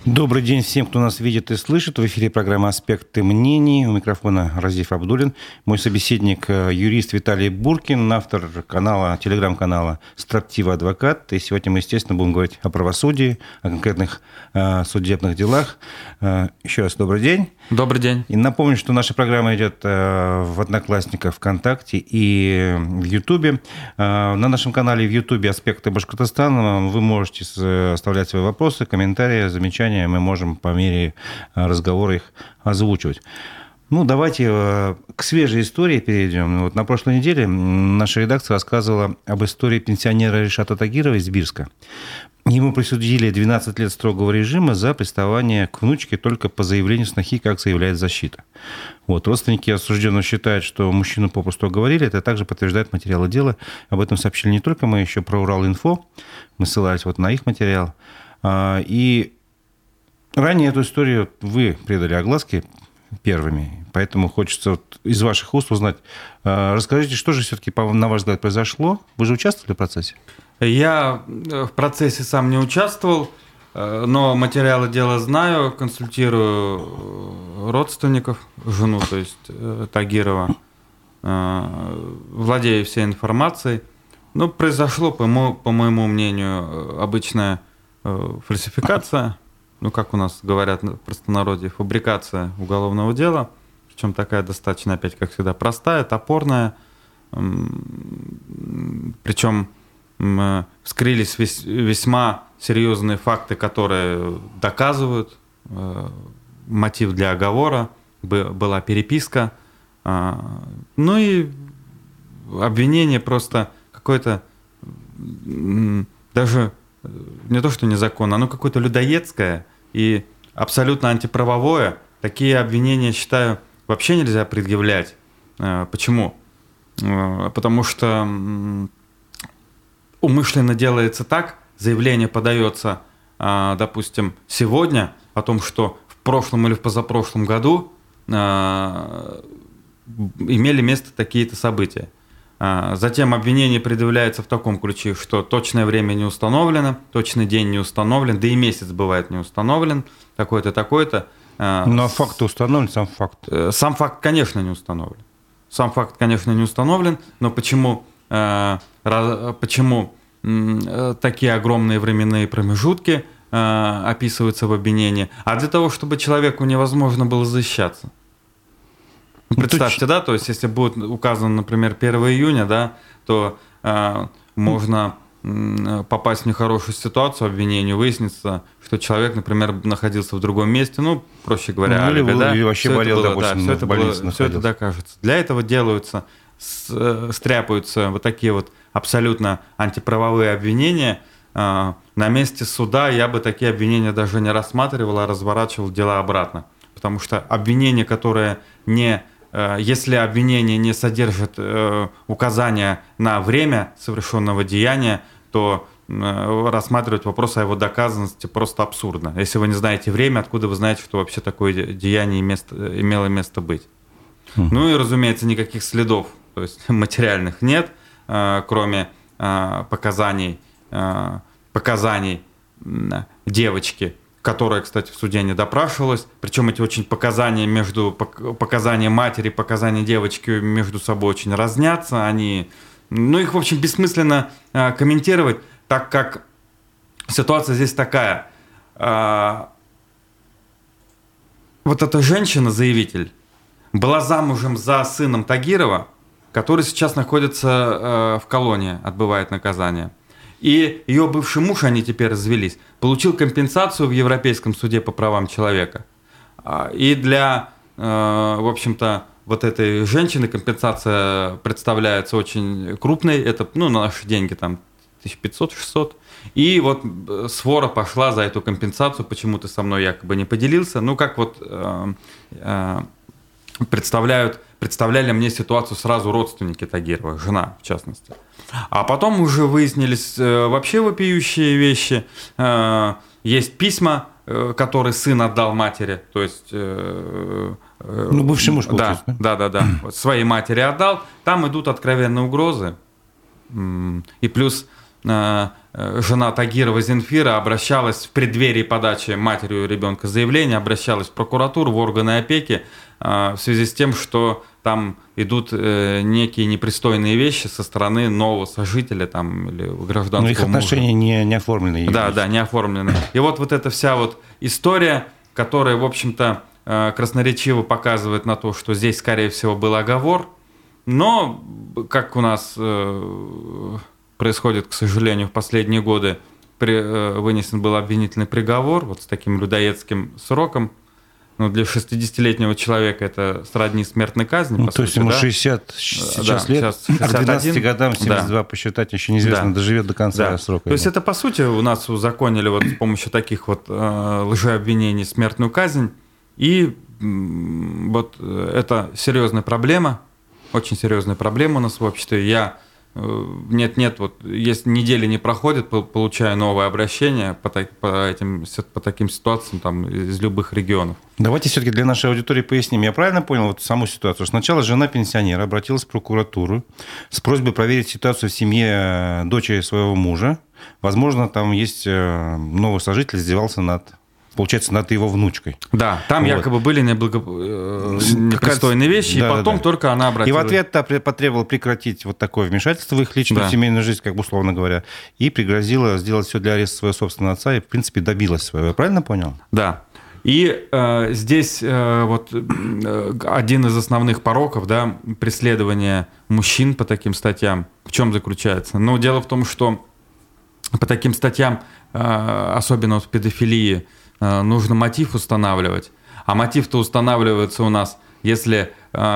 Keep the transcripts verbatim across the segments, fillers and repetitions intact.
Добрый день всем, кто нас видит и слышит. В эфире программа «Аспекты мнений». У микрофона Разиф Абдуллин. Мой собеседник – юрист Виталий Буркин, автор канала, телеграм-канала «Строптивый адвокат». И сегодня мы, естественно, будем говорить о правосудии, о конкретных э, судебных делах. Э, еще раз добрый день. Добрый день. И напомню, что наша программа идет э, в Одноклассниках, ВКонтакте и в Ютубе. Э, на нашем канале в Ютубе «Аспекты Башкортостана» вы можете оставлять свои вопросы, комментарии, замечания. Мы можем по мере разговора их озвучивать. Ну, давайте к свежей истории перейдем. Вот на прошлой неделе наша редакция рассказывала об истории пенсионера Ришата Тагирова из Бирска. Ему присудили двенадцать лет строгого режима за приставание к внучке только по заявлению снохи, как заявляет защита. Вот. Родственники осужденного считают, что мужчину попросту оговорили. Это также подтверждает материалы дела. Об этом сообщили не только мы, еще про Урал-Инфо. Мы ссылались вот на их материал. И ранее эту историю вы придали огласке первыми, поэтому хочется вот из ваших уст узнать. Расскажите, что же все-таки, на ваш взгляд, произошло? Вы же участвовали в процессе? Я в процессе сам не участвовал, но материалы дела знаю, консультирую родственников, жену, то есть Тагирова, владею всей информацией. Но произошло, по моему, по моему мнению, обычная фальсификация, ну, как у нас говорят в простонародье, фабрикация уголовного дела, причем такая достаточно, опять, как всегда, простая, топорная, причем вскрылись весьма серьезные факты, которые доказывают мотив для оговора, была переписка, ну и обвинение просто какое-то даже не то что незаконно, оно какое-то людоедское и абсолютно антиправовое. Такие обвинения, считаю, вообще нельзя предъявлять. Почему? Потому что умышленно делается так, заявление подается, допустим, сегодня о том, что в прошлом или в позапрошлом году имели место такие-то события. Затем обвинение предъявляется в таком ключе, что точное время не установлено, точный день не установлен, да и месяц бывает не установлен, такой-то, такой-то. Но факт установлен, сам факт. Сам факт, конечно, не установлен. Сам факт, конечно, не установлен, но почему, почему такие огромные временные промежутки описываются в обвинении? А для того, чтобы человеку невозможно было защищаться. Представьте, да, то есть если будет указано, например, первого июня, да, то э, можно э, попасть в нехорошую ситуацию, обвинению, выяснится, что человек, например, находился в другом месте, ну, проще говоря, ну, алиби, да, или вообще все болел, это было, допустим, да, все это, было, все это докажется. Для этого делаются, с, стряпаются вот такие вот абсолютно антиправовые обвинения. Э, на месте суда я бы такие обвинения даже не рассматривал, а разворачивал дела обратно. Потому что обвинение, которое не... Если обвинение не содержит э, указания на время совершенного деяния, то э, рассматривать вопрос о его доказанности просто абсурдно. Если вы не знаете время, откуда вы знаете, что вообще такое деяние место, имело место быть? Mm-hmm. Ну и, разумеется, никаких следов, то есть материальных нет, э, кроме э, показаний, э, показаний э, девочки, которая, кстати, в суде не допрашивалась. Причем эти очень показания между показания матери и показания девочки между собой очень разнятся. Они, ну, их, в общем, бессмысленно а, комментировать, так как ситуация здесь такая. А, вот эта женщина-заявитель была замужем за сыном Тагирова, который сейчас находится а, в колонии, отбывает наказание. И ее бывший муж, они теперь развелись, получил компенсацию в Европейском суде по правам человека. И для, в общем-то, вот этой женщины компенсация представляется очень крупной. Это, ну, на наши деньги там тысяча пятьсот - шестьсот. И вот свора пошла за эту компенсацию. Почему ты со мной якобы не поделился? Ну, как вот представляют, представляли мне ситуацию сразу родственники Тагирова, жена в частности. А потом уже выяснились э, вообще вопиющие вещи. Э, есть письма, э, которые сын отдал матери, то есть... Э, э, ну, бывший муж, да, да? Да, да, да. Вот своей матери отдал. Там идут откровенные угрозы. И плюс жена Тагирова Зинфира обращалась в преддверии подачи матерью ребенка заявления, обращалась в прокуратуру, в органы опеки в связи с тем, что там идут некие непристойные вещи со стороны нового сожителя там, или гражданского мужа. Но их отношения не, не оформлены. Да, да, не оформлены. И вот, вот эта вся вот история, которая, в общем-то, красноречиво показывает на то, что здесь, скорее всего, был оговор, но, как у нас происходит, к сожалению, в последние годы, при, вынесен был обвинительный приговор вот с таким людоедским сроком. Ну, для шестидесятилетнего человека это сродни смертной казни. Ну, по то сути, есть ему да? шестьдесят сейчас да, лет, сейчас а к двенадцати годам семьдесят два да. посчитать еще неизвестно, да. доживет до конца да. срока. То есть это, по сути, у нас узаконили вот с помощью таких вот э, лжеобвинений смертную казнь. И м, вот это серьезная проблема, очень серьезная проблема у нас в обществе. Я Нет-нет, вот если недели не проходит, получаю новое обращение по, по, этим, по таким ситуациям там, из любых регионов. Давайте все-таки для нашей аудитории поясним. Я правильно понял вот саму ситуацию? Сначала жена пенсионера обратилась в прокуратуру с просьбой проверить ситуацию в семье дочери своего мужа. Возможно, там есть новый сожитель, издевался над... Получается, над его внучкой. Да, там вот. якобы были неблаго... непристойные вещи, да, и потом да, да. только она обратилась. И в ответ потребовала прекратить вот такое вмешательство в их личную да. семейную жизнь, как бы условно говоря, и пригрозила сделать все для ареста своего собственного отца, и, в принципе, добилась своего. Я правильно понял? Да. И э, здесь э, вот э, один из основных пороков, да, преследования мужчин по таким статьям, в чем заключается? Ну, дело в том, что по таким статьям, э, особенно вот в педофилии, нужно мотив устанавливать. А мотив-то устанавливается у нас, если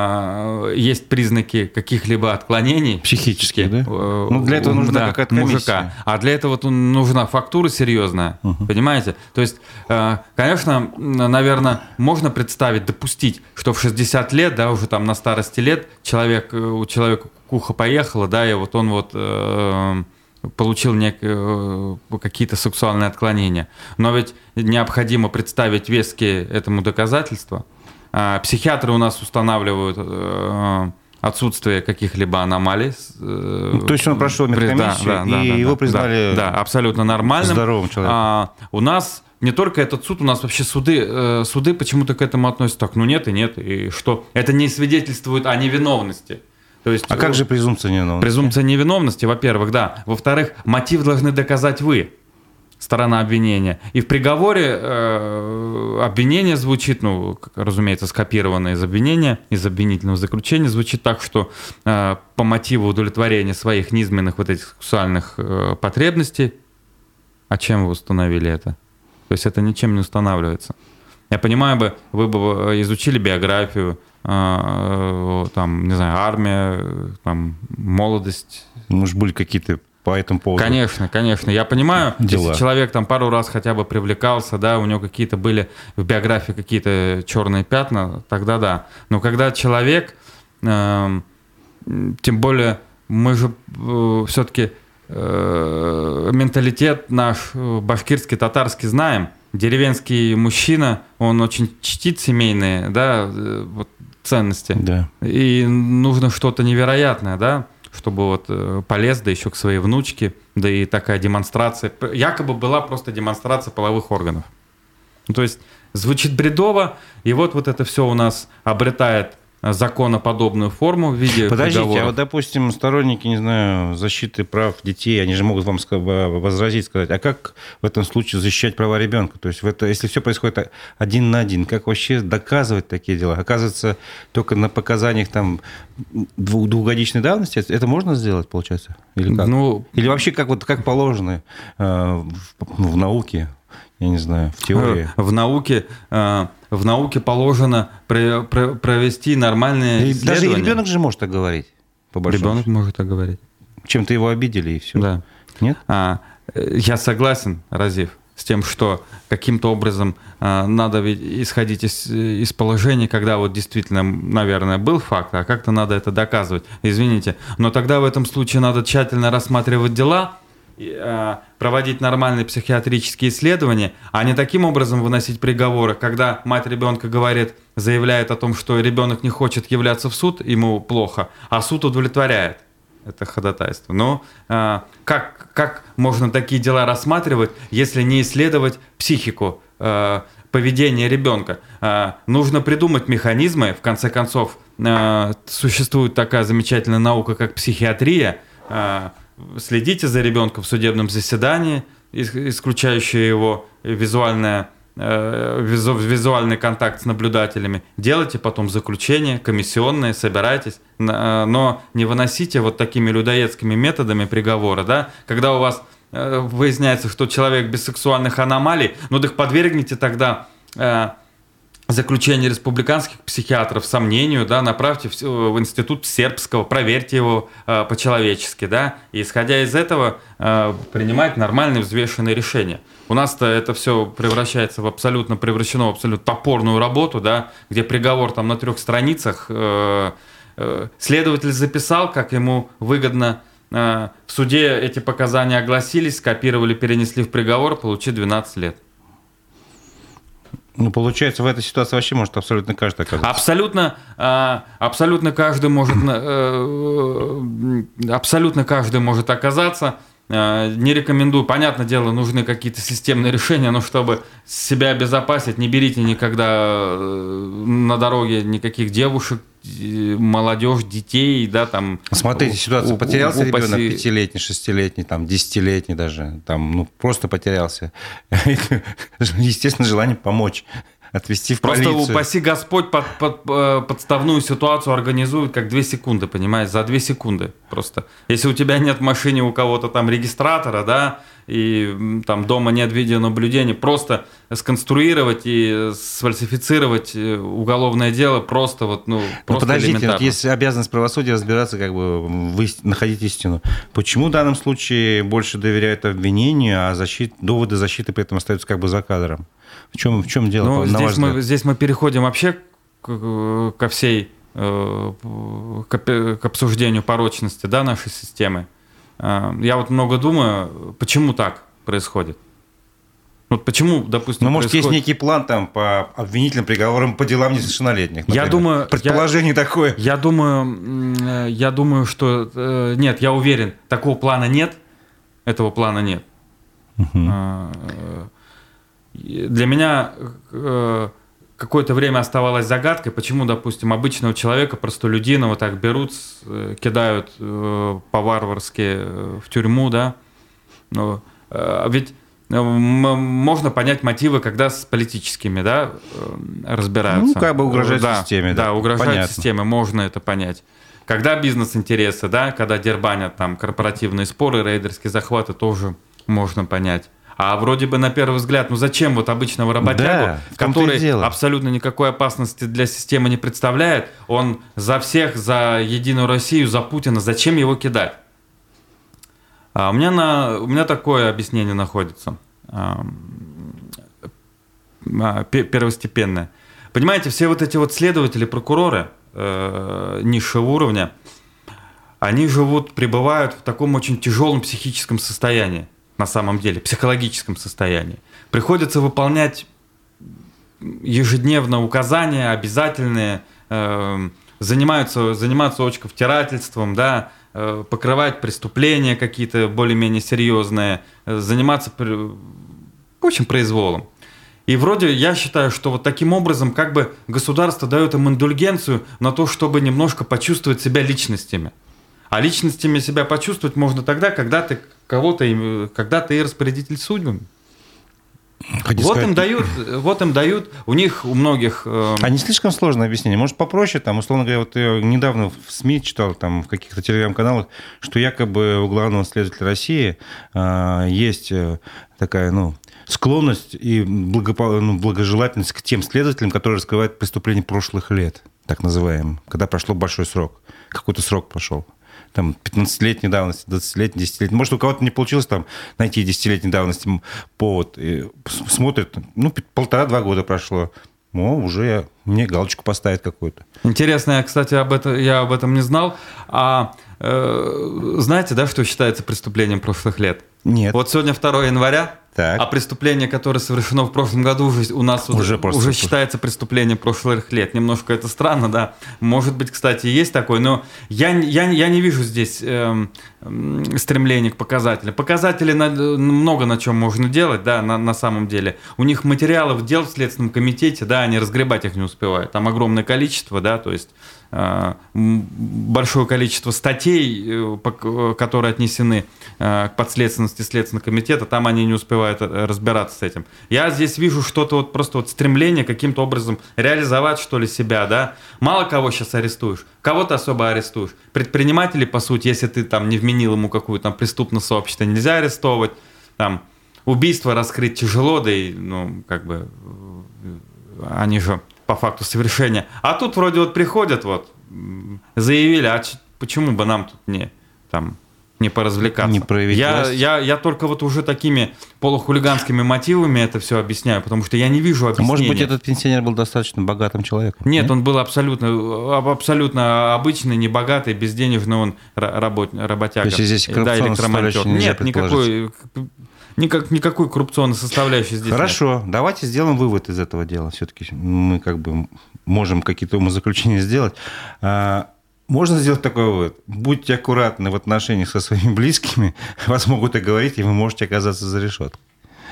э, есть признаки каких-либо отклонений. Психические, да? Э, ну, для этого нужна да, какая-то комиссия. Мужика. А для этого вот нужна фактура серьезная. Uh-huh. Понимаете? То есть, э, конечно, наверное, можно представить, допустить, что в шестьдесят лет, да, уже там на старости лет, человек, у человека кукуха поехала, да, и вот он вот... Э, получил нек- какие-то сексуальные отклонения. Но ведь необходимо представить веские этому доказательства. Психиатры у нас устанавливают отсутствие каких-либо аномалий. Ну, то есть он прошел медкомиссию, да, да, и да, его признали да, да, абсолютно нормальным. Здоровым человеком. А, у нас не только этот суд, у нас вообще суды, суды почему-то к этому относятся так, ну нет и нет, и что? Это не свидетельствует о невиновности. То есть, а как же презумпция невиновности? Презумпция невиновности, во-первых, да. Во-вторых, мотив должны доказать вы, сторона обвинения. И в приговоре э, обвинение звучит, ну, разумеется, скопированное из обвинения, из обвинительного заключения, звучит так, что э, по мотиву удовлетворения своих низменных вот этих сексуальных э, потребностей, а чем вы установили это? То есть это ничем не устанавливается. Я понимаю бы, вы бы изучили биографию, там, не знаю, армия, там, молодость. Может, были какие-то по этому поводу? Конечно, конечно. Я понимаю, дела. Если человек там пару раз хотя бы привлекался, да, у него какие-то были в биографии какие-то черные пятна, тогда да. Но когда человек, э, тем более мы же э, все-таки э, менталитет наш башкирский, татарский знаем. Деревенский мужчина, он очень чтит семейные, да, вот, ценности. Да. И нужно что-то невероятное, да, чтобы вот полез, да еще к своей внучке, да и такая демонстрация. Якобы была просто демонстрация половых органов. Ну, то есть звучит бредово, и вот, вот это все у нас обретает законоподобную форму в виде Подождите, приговоров. а вот, допустим, сторонники, не знаю, защиты прав детей, они же могут вам возразить, сказать, а как в этом случае защищать права ребенка? То есть, в это, если все происходит один на один, как вообще доказывать такие дела? Оказывается, только на показаниях там двухгодичной давности это можно сделать, получается? Или как? Ну, Или вообще как, вот, как положено э, в, в науке? Я не знаю, в теории. В науке, в науке положено провести нормальные исследования. Даже ребенок же может так говорить, по большому Ребенок может так говорить. Чем-то его обидели, и все. Да. Нет? А, я согласен, Разив, с тем, что каким-то образом а, надо исходить из, из положения, когда вот действительно, наверное, был факт, а как-то надо это доказывать. Извините, но тогда в этом случае надо тщательно рассматривать дела, проводить нормальные психиатрические исследования, а не таким образом выносить приговоры, когда мать ребенка говорит, заявляет о том, что ребенок не хочет являться в суд, ему плохо, а суд удовлетворяет это ходатайство. Но э, как, как можно такие дела рассматривать, если не исследовать психику, э, поведение ребенка? Э, нужно придумать механизмы. В конце концов, э, существует такая замечательная наука, как психиатрия. Э, следите за ребенком в судебном заседании, исключающее его визуальное визуальный контакт с наблюдателями, делайте потом заключение, комиссионные, собирайтесь, но не выносите вот такими людоедскими методами приговора, да, когда у вас выясняется, что человек без сексуальных аномалий, ну так подвергните тогда заключение республиканских психиатров сомнению, да, направьте в, в институт сербского, проверьте его э, по-человечески, да, и исходя из этого э, принимать нормальные взвешенные решения. У нас-то это все превращается в абсолютно, превращено в абсолютно топорную работу, да, где приговор там на трех страницах, э, э, следователь записал, как ему выгодно, э, в суде эти показания огласились, скопировали, перенесли в приговор, получи двенадцать лет. Ну, получается, в этой ситуации вообще может абсолютно каждый оказаться. Абсолютно, абсолютно каждый может, абсолютно каждый может оказаться. Не рекомендую. Понятное дело, нужны какие-то системные решения, но чтобы себя обезопасить, не берите никогда на дороге никаких девушек, молодежь, детей, да, там. Смотрите, ситуация, потерялся упаси... ребенок пятилетний, шестилетний, там, десятилетний даже, там, ну, просто потерялся. Естественно, желание помочь. Отвезти в Просто полицию. упаси Господь под, под, подставную ситуацию организует как две секунды, понимаешь, за две секунды просто. Если у тебя нет в машине у кого-то там регистратора, да, и там дома нет видеонаблюдения, просто сконструировать и сфальсифицировать уголовное дело просто вот, ну, просто ну, подождите, элементарно. Вот есть обязанность правосудия разбираться, как бы вы, находить истину. Почему в данном случае больше доверяют обвинению, а защит, доводы защиты при этом остаются как бы за кадром? В чем, в чем дело, ну, на ваш здесь, мы, взгляд? здесь мы переходим вообще к, ко всей, к, к обсуждению порочности, да, нашей системы. Я вот много думаю, почему так происходит. Вот почему, допустим, ну, может, происходит... есть некий план там по обвинительным приговорам по делам несовершеннолетних, например. Я думаю, предположение я, такое. Я думаю, я думаю, что нет, я уверен, такого плана нет, этого плана нет. Угу. Для меня какое-то время оставалось загадкой, почему, допустим, обычного человека, простолюдина, вот так берут, кидают по-варварски в тюрьму, да. Ведь можно понять мотивы, когда с политическими, да, разбираются. Ну, как бы угрожать да, системе. Да, да угрожать понятно. системе, можно это понять. Когда бизнес-интересы, да, когда дербанят там корпоративные споры, рейдерские захваты, тоже можно понять. А вроде бы на первый взгляд, ну зачем вот обычного работягу, да, который абсолютно никакой опасности для системы не представляет, он за всех, за Единую Россию, за Путина, зачем его кидать? А у меня, на, у меня такое объяснение находится, а, первостепенное. Понимаете, все вот эти вот следователи, прокуроры э, низшего уровня, они живут, пребывают в таком очень тяжелом психическом состоянии. На самом деле, психологическом состоянии. Приходится выполнять ежедневно указания, обязательные, э, занимаются, заниматься очковтирательством, да, э, покрывать преступления какие-то более-менее серьезные, э, заниматься, в общем, произволом. И вроде я считаю, что вот таким образом как бы государство дает им индульгенцию на то, чтобы немножко почувствовать себя личностями. А личностями себя почувствовать можно тогда, когда ты кого-то, когда ты и распорядитель судьбами. Хотите вот сказать... им дают, вот им дают, у них, у многих... Э... А не слишком сложное объяснение? Может, попроще? Там, условно говоря, вот я недавно в СМИ читал, там, в каких-то телеграм-каналах, что якобы у главного следователя России э, есть такая, ну, склонность и благопо... ну, благожелательность к тем следователям, которые раскрывают преступления прошлых лет, так называемым, когда прошло большой срок, какой-то срок прошел. Там пятнадцатилетней давности, двадцатилетней, десятилетней. Может, у кого-то не получилось там найти десятилетней давности повод. И смотрит, ну, полтора-два года прошло. О, уже мне галочку поставить какую-то. Интересно, я, кстати, об этом, я об этом не знал. А э, знаете, да, что считается преступлением прошлых лет? Нет. Вот сегодня второе января, Так. А преступление, которое совершено в прошлом году, уже у нас уже, уже, уже считается преступлением прошлых лет. Немножко это странно, да. Может быть, кстати, есть такое, но я, я, я не вижу здесь э, э, стремления к показателям. Показатели на, много на чем можно делать, да, на, на самом деле. У них материалов дел в Следственном комитете, да, они разгребать их не успевают. Там огромное количество, да, то есть э, большое количество статей, э, которые отнесены э, к подследственности Следственного комитета, там они не успевают разбираться с этим. Я здесь вижу что-то вот просто вот стремление каким-то образом реализовать, что ли, себя, да. Мало кого сейчас арестуешь, кого ты особо арестуешь. Предпринимателей, по сути, если ты там не вменил ему какую-то там преступное сообщество, нельзя арестовывать. Там убийство раскрыть тяжело, да и, ну, как бы, они же по факту совершения. А тут вроде вот приходят, вот, заявили, а почему бы нам тут не, там, не поразвлекаться. Не проявить я, власть. я, я только вот уже такими полухулиганскими мотивами это все объясняю, потому что я не вижу объяснения. Может быть, этот пенсионер был достаточно богатым человеком? Нет, нет? Он был абсолютно, абсолютно обычный, небогатый, безденежный, он работ, работяга. То есть здесь коррупционная да, составляющая нельзя Нет, никакой, никак, никакой коррупционной составляющей здесь Хорошо, нет. Давайте сделаем вывод из этого дела. Все-таки мы как бы можем какие-то умозаключения сделать. Можно сделать такой вывод. Будьте аккуратны в отношениях со своими близкими, вас могут оговорить, и вы можете оказаться за решеткой.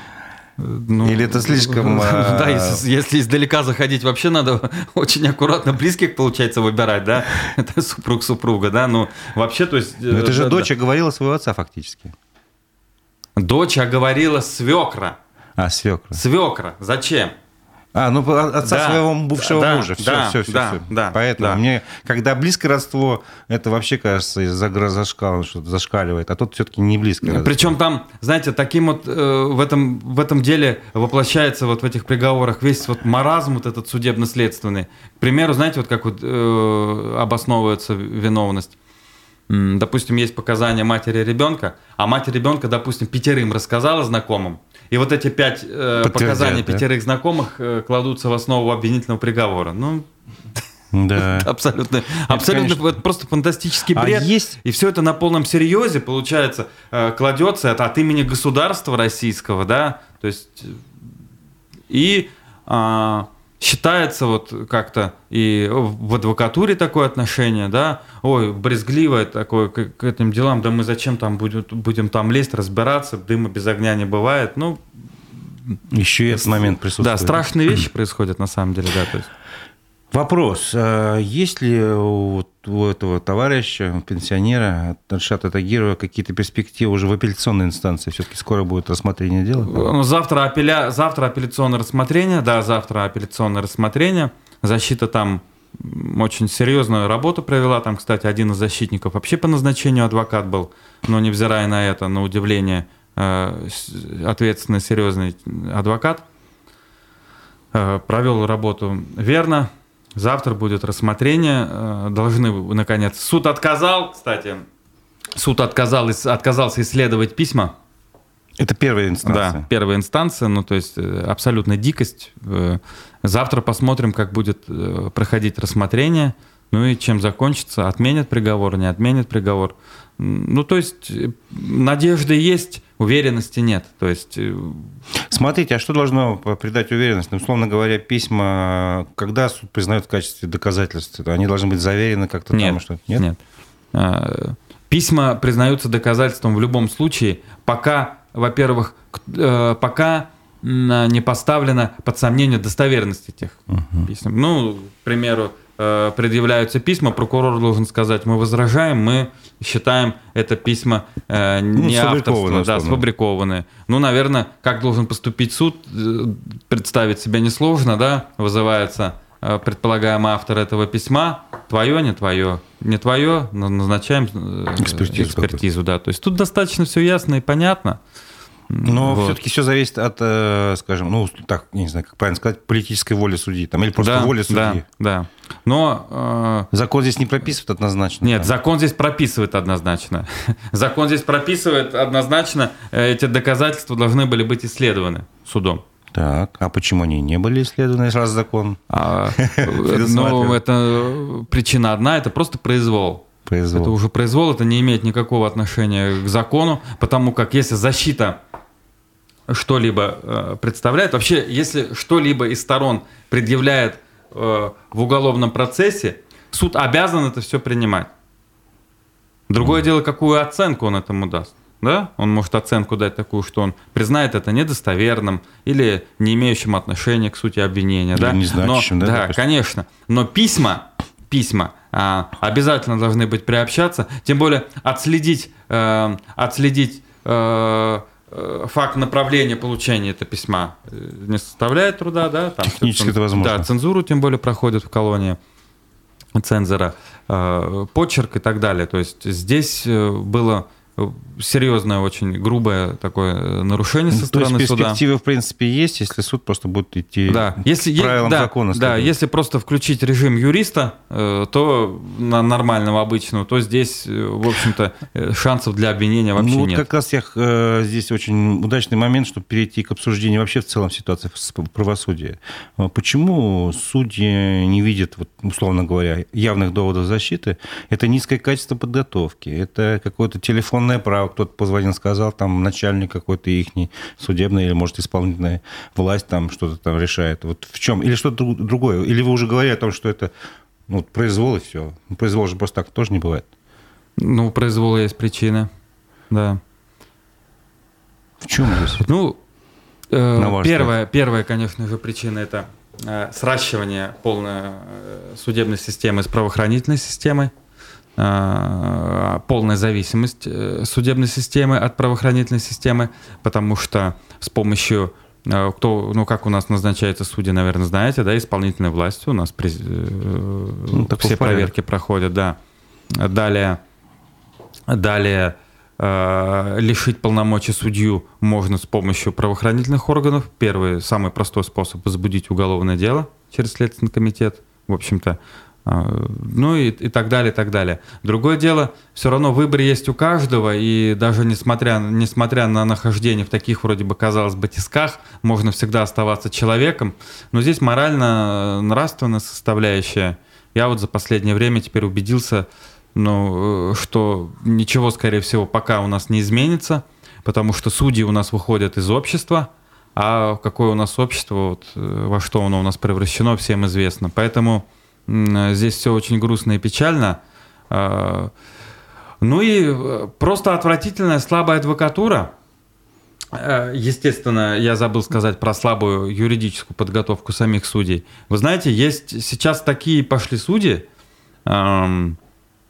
Ну, или это слишком... Да, если, если издалека заходить, вообще надо очень аккуратно близких, получается, выбирать, да? Это супруг-супруга, да? Ну, вообще, то есть... Но это же да, дочь да. оговорила своего отца фактически. Дочь оговорила свекра. А, свекра. Свекра. Зачем? А, ну отца да, своего бывшего да, мужа. Все, да, все, все, да, все. Да, Поэтому да. мне, когда близкое родство, это вообще, кажется, зашкал, что-то зашкаливает. А тут все-таки не близкое родство. Причем там, знаете, таким вот э, в, этом, в этом деле воплощается вот в этих приговорах весь вот маразм вот этот судебно-следственный. К примеру, знаете, вот как вот э, обосновывается виновность. Допустим, есть показания матери ребенка, а мать ребенка, допустим, пятерым рассказала знакомым, и вот эти пять э, показаний да? пятерых знакомых э, кладутся в основу обвинительного приговора. Ну, да. абсолютно, абсолютно конечно... просто фантастический бред. А есть... И все это на полном серьезе, получается, э, кладется это от имени государства российского, да, то есть и э, считается вот как-то и в адвокатуре такое отношение, да, ой, брезгливое такое к, к этим делам, да мы зачем там будем, будем там лезть, разбираться, дыма без огня не бывает, ну... Еще и этот момент присутствует. Да, страшные вещи происходят на самом деле, да, то есть... Вопрос. Есть ли у, у этого товарища, пенсионера, Альшата Тагирова, какие-то перспективы уже в апелляционной инстанции? Все-таки скоро будет рассмотрение дела? Завтра, апелля... завтра апелляционное рассмотрение, да, завтра апелляционное рассмотрение. Защита там очень серьезную работу провела. Там, кстати, один из защитников вообще по назначению адвокат был, но невзирая на это, на удивление, ответственный, серьезный адвокат. Провел работу верно. Завтра будет рассмотрение. Должны, наконец... Суд отказал, кстати. Суд отказал, отказался исследовать письма. Это первая инстанция. Да, первая инстанция. Ну, то есть, абсолютная дикость. Завтра посмотрим, как будет проходить рассмотрение. Ну и чем закончится. Отменят приговор, не отменят приговор. Ну, то есть, надежды есть, уверенности нет. То есть... Смотрите, а что должно придать уверенность? Ну, условно говоря, письма, когда суд признает в качестве доказательств, они должны быть заверены как-то нет, там? Что? Нет, нет. Письма признаются доказательством в любом случае, пока, во-первых, пока не поставлено под сомнение достоверность этих угу. писем. Ну, к примеру, предъявляются письма, прокурор должен сказать, мы возражаем, мы считаем это письма э, не ну, авторство, да, сфабрикованные. Ну, наверное, как должен поступить суд, представить себе несложно, да, вызывается э, предполагаемый автор этого письма, твое, не твое, не твое, назначаем э, экспертизу, экспертизу да. То есть тут достаточно все ясно и понятно. Но вот. Все-таки все зависит от, скажем, ну, так, не знаю, как правильно сказать, политической воли судьи, там, или просто да, воли судьи. Да, да. Но... Э... Закон здесь не прописывает однозначно? Нет, там. Закон здесь прописывает однозначно. Закон здесь прописывает однозначно, эти доказательства должны были быть исследованы судом. Так, а почему они не были исследованы, раз закон? А, ну, это причина одна, это просто произвол. Произвол. Это уже произвол, это не имеет никакого отношения к закону, потому как если защита что-либо представляет, вообще, если что-либо из сторон предъявляет в уголовном процессе, суд обязан это все принимать. Другое mm. дело, какую оценку он этому даст. Да? Он может оценку дать такую, что он признает это недостоверным или не имеющим отношения к сути обвинения. Или да? незначащим, Но, да? Да, допустим. конечно. Но письма, письма а, обязательно должны быть приобщаться, тем более отследить, э, отследить э, факт направления получения этого письма не составляет труда, да? Там, технически это возможно. Да, цензуру тем более проходит в колонии цензора, э, почерк и так далее. То есть здесь было серьезное, очень грубое такое нарушение со стороны суда. То есть перспективы, суда. В принципе, есть, если суд просто будет идти да. если, по правилам да, закона. Да, если просто включить режим юриста, то на нормального, обычного, то здесь, в общем-то, шансов для обвинения вообще ну, нет. Вот как раз я, здесь очень удачный момент, чтобы перейти к обсуждению вообще в целом ситуации правосудия. Почему судьи не видят, вот, условно говоря, явных доводов защиты? Это низкое качество подготовки, это какое-то телефонное право, кто-то позвонил, сказал, там начальник какой-то ихний, судебный или, может, исполнительная власть там что-то там решает. Вот в чем? Или что-то другое? Или вы уже говорили о том, что это ну, произвол и все? Произвол же просто так тоже не бывает. Ну, у произвола есть причина, да. В чем здесь? Ну, э, первая, первая, конечно же, причина – это э, сращивание полной э, судебной системы с правоохранительной системой. Полная зависимость судебной системы от правоохранительной системы, потому что с помощью, кто, ну как у нас назначаются судьи, наверное, знаете, да, исполнительной властью у нас при, ну, все проверки проходят, да. Далее, далее э, лишить полномочий судью можно с помощью правоохранительных органов. Первый, самый простой способ – возбудить уголовное дело через Следственный комитет, в общем-то. Ну и, и так далее, и так далее. Другое дело, все равно выбор есть у каждого, и даже несмотря, несмотря на нахождение в таких, вроде бы, казалось бы, тисках, можно всегда оставаться человеком. Но здесь морально-нравственная составляющая. Я вот за последнее время теперь убедился, ну, что ничего, скорее всего, пока у нас не изменится, потому что судьи у нас выходят из общества, а какое у нас общество, вот, во что оно у нас превращено, всем известно. Поэтому здесь все очень грустно и печально. Ну и просто отвратительная слабая адвокатура. Естественно, я забыл сказать про слабую юридическую подготовку самих судей. Вы знаете, есть сейчас такие пошли судьи, там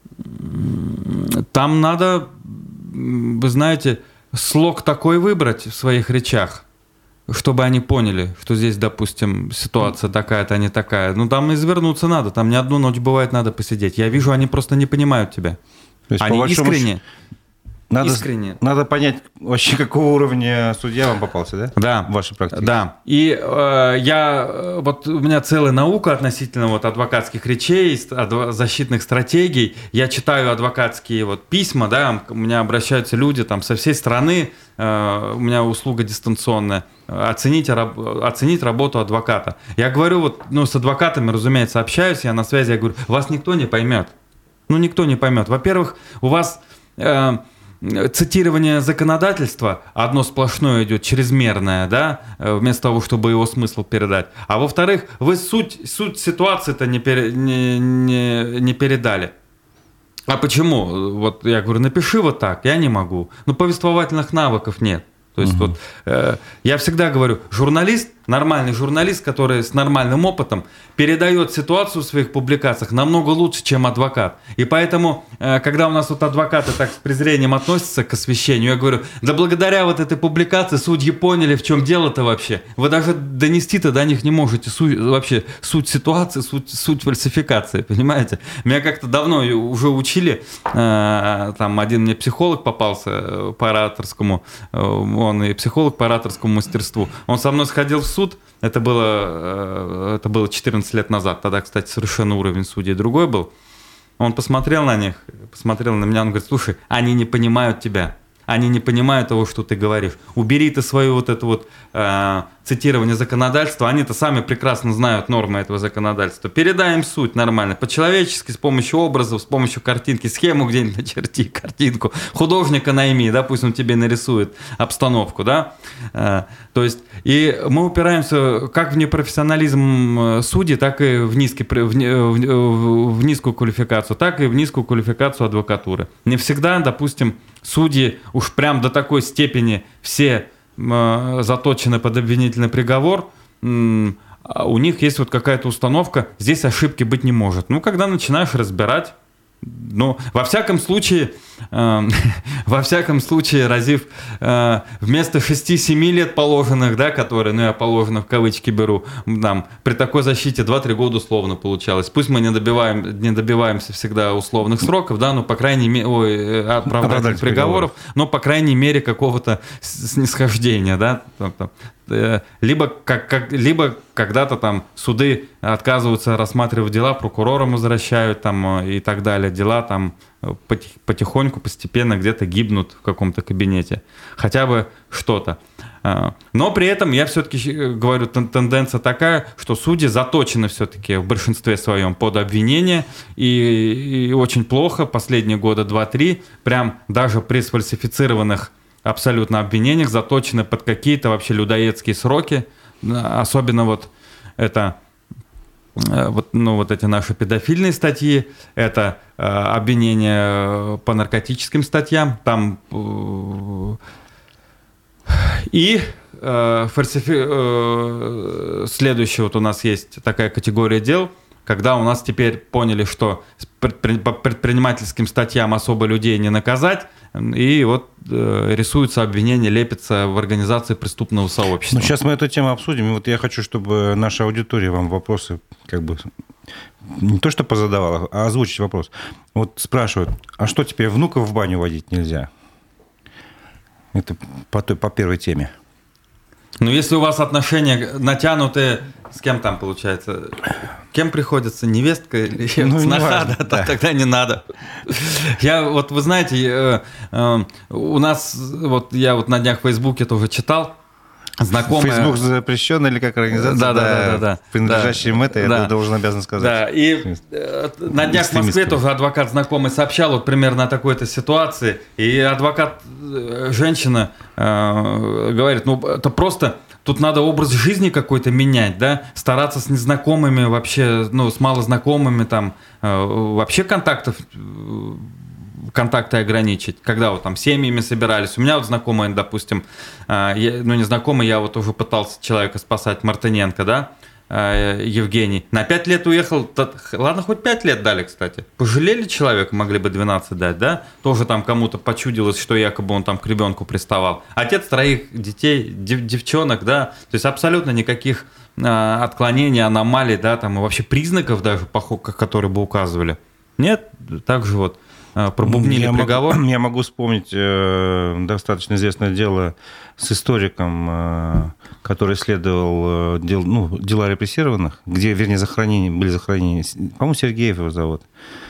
надо, вы знаете, слог такой выбрать в своих речах, чтобы они поняли, что здесь, допустим, ситуация такая-то, а не такая. Ну, там извернуться надо, там не одну ночь бывает надо посидеть. Я вижу, они просто не понимают тебя. То есть, они искренне. Надо, искренне. Надо понять, вообще какого уровня судья вам попался, да? Да. В вашей практике. Да. И э, я, вот у меня целая наука относительно вот адвокатских речей, адв- защитных стратегий. Я читаю адвокатские вот письма, да, у меня обращаются люди там со всей страны, э, у меня услуга дистанционная. Оценить, раб, оценить работу адвоката. Я говорю, вот, ну, с адвокатами, разумеется, общаюсь, я на связи, я говорю, вас никто не поймет. Ну, никто не поймет. Во-первых, у вас э, цитирование законодательства одно сплошное идет, чрезмерное, да, вместо того, чтобы его смысл передать. А во-вторых, вы суть, суть ситуации-то не, пере, не, не, не передали. А почему? Вот я говорю, напиши вот так, я не могу. Но повествовательных навыков нет. То есть угу. вот э, я всегда говорю, журналист, нормальный журналист, который с нормальным опытом, передает ситуацию в своих публикациях намного лучше, чем адвокат. И поэтому, э, когда у нас вот адвокаты так с презрением относятся к освещению, я говорю, да благодаря вот этой публикации судьи поняли, в чем дело-то вообще. Вы даже донести-то до них не можете суть, вообще суть ситуации, суть, суть фальсификации, понимаете? Меня как-то давно уже учили, э, там один мне психолог попался по ораторскому, э, он и психолог по ораторскому мастерству. Он со мной сходил в суд, это было, это было четырнадцать лет назад, тогда, кстати, совершенно уровень судей другой был. Он посмотрел на них, посмотрел на меня, он говорит, слушай, они не понимают тебя, они не понимают того, что ты говоришь. Убери ты свою вот эту вот э, цитирование законодательства, они-то сами прекрасно знают нормы этого законодательства. Передай им суть нормально, по-человечески, с помощью образов, с помощью картинки, схему где-нибудь начерти, картинку, художника найми, да, пусть он тебе нарисует обстановку, да. То есть, и мы упираемся как в непрофессионализм судей, так и в, низкий, в, в, в низкую квалификацию, так и в низкую квалификацию адвокатуры. Не всегда, допустим, судьи уж прям до такой степени все заточены под обвинительный приговор, у них есть вот какая-то установка, здесь ошибки быть не может. Ну, когда начинаешь разбирать, ну, во всяком случае, э, во всяком случае, Разив, э, вместо шести-семи лет положенных, да, которые, ну, я положенных в кавычки беру, там, при такой защите два-три года условно получалось. Пусть мы не, добиваем, не добиваемся всегда условных сроков, да, но, по крайней мере, ой, оправдательных приговоров, но, по крайней мере, какого-то снисхождения, да, там, там. Либо, как, как, либо когда-то там суды отказываются рассматривать дела, прокурорам возвращают там, и так далее. Дела там потихоньку, постепенно где-то гибнут в каком-то кабинете. Хотя бы что-то. Но при этом я все-таки говорю, тенденция такая, что судьи заточены все-таки в большинстве своем под обвинение. И, и очень плохо последние года два-три, прям даже при сфальсифицированных абсолютно обвинениях заточены под какие-то вообще людоедские сроки. Особенно вот это вот, ну, вот эти наши педофильные статьи, это э, обвинения по наркотическим статьям, там э, и э, фальсифи... э, следующее вот у нас есть такая категория дел, когда у нас теперь поняли, что по предпринимательским статьям особо людей не наказать, и вот э, рисуются обвинения, лепятся в организации преступного сообщества. Ну, сейчас мы эту тему обсудим. И вот я хочу, чтобы наша аудитория вам вопросы как бы не то что позадавала, а озвучить вопрос. Вот спрашивают, а что теперь внуков в баню водить нельзя? Это по, той, по первой теме. Ну, если у вас отношения натянутые, с кем там получается? Кем приходится? Невестка или ну, сноха? Да, да. Тогда не надо. Я вот, вы знаете, э, э, у нас, вот я вот на днях в Фейсбуке тоже читал, знакомая... Фейсбук запрещен или как организация, да, да, да, да, да, принадлежащая им это, да. я должен обязан сказать. Да, и э, на днях в Москве тоже адвокат знакомый сообщал вот примерно о такой-то ситуации, и адвокат, э, женщина, э, говорит, ну, это просто... Тут надо образ жизни какой-то менять, да, стараться с незнакомыми вообще, ну, с малознакомыми там, э, вообще контактов, э, контакты ограничить, когда вот там семьями собирались. У меня вот знакомые, допустим, э, я, ну, не знакомый, я вот уже пытался человека спасать, Мартыненко, да, э, Евгений. На пять лет уехал, то, ладно, хоть пять лет дали, кстати. Пожалели человека, могли бы двенадцать дать, да? Тоже там кому-то почудилось, что якобы он там к ребенку приставал. Отец троих детей, дев, девчонок, да? То есть абсолютно никаких э, отклонений, аномалий, да, там и вообще признаков даже, которые бы указывали. Нет, так же вот э, пробубнили я приговор. Могу, я могу вспомнить э, достаточно известное дело с историком, э, который исследовал э, дел, ну, дела репрессированных, где, вернее, захоронения, были захоронения, по-моему, Сергеев его зовут.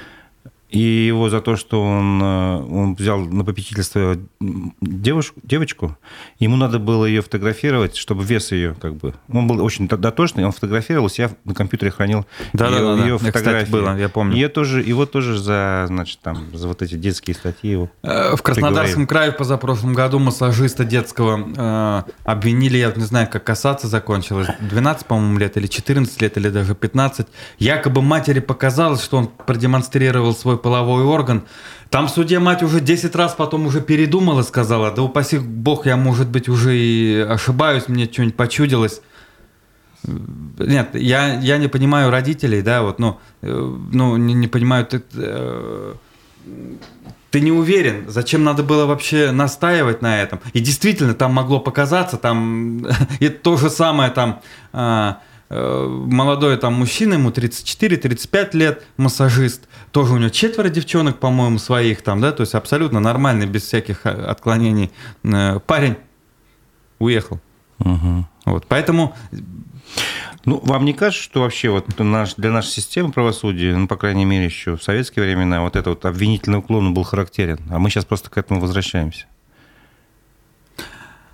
И его за то, что он, он взял на попечительство девушку, девочку, ему надо было ее фотографировать, чтобы вес ее, как бы... Он был очень дотошный, он фотографировал, у себя на компьютере хранил да, ее, да, да, ее да. фотографии. Кстати, было, я помню. Ее тоже, его тоже за, значит, там, за вот эти детские статьи его в Краснодарском крае в позапрошлом году массажиста детского э, обвинили, я не знаю, как касаться закончилось, двенадцать, по-моему, лет, или четырнадцать лет, или даже пятнадцать. Якобы матери показалось, что он продемонстрировал свой половой орган. Там в суде мать уже десять раз потом уже передумала, сказала, да упаси бог, я, может быть, уже и ошибаюсь, мне что-нибудь почудилось. Нет, я, я не понимаю родителей, да, вот, ну, ну не, не понимаю, ты, ты не уверен, зачем надо было вообще настаивать на этом. И действительно, там могло показаться, там, и то же самое, там, молодой там мужчина, ему тридцать четыре - тридцать пять лет, массажист, тоже у него четверо девчонок, по-моему, своих там, да, то есть абсолютно нормальный, без всяких отклонений парень уехал. Угу. Вот, поэтому... Ну, вам не кажется, что вообще вот наш, для нашей системы правосудия, ну, по крайней мере, еще в советские времена, вот этот вот обвинительный уклон был характерен, а мы сейчас просто к этому возвращаемся?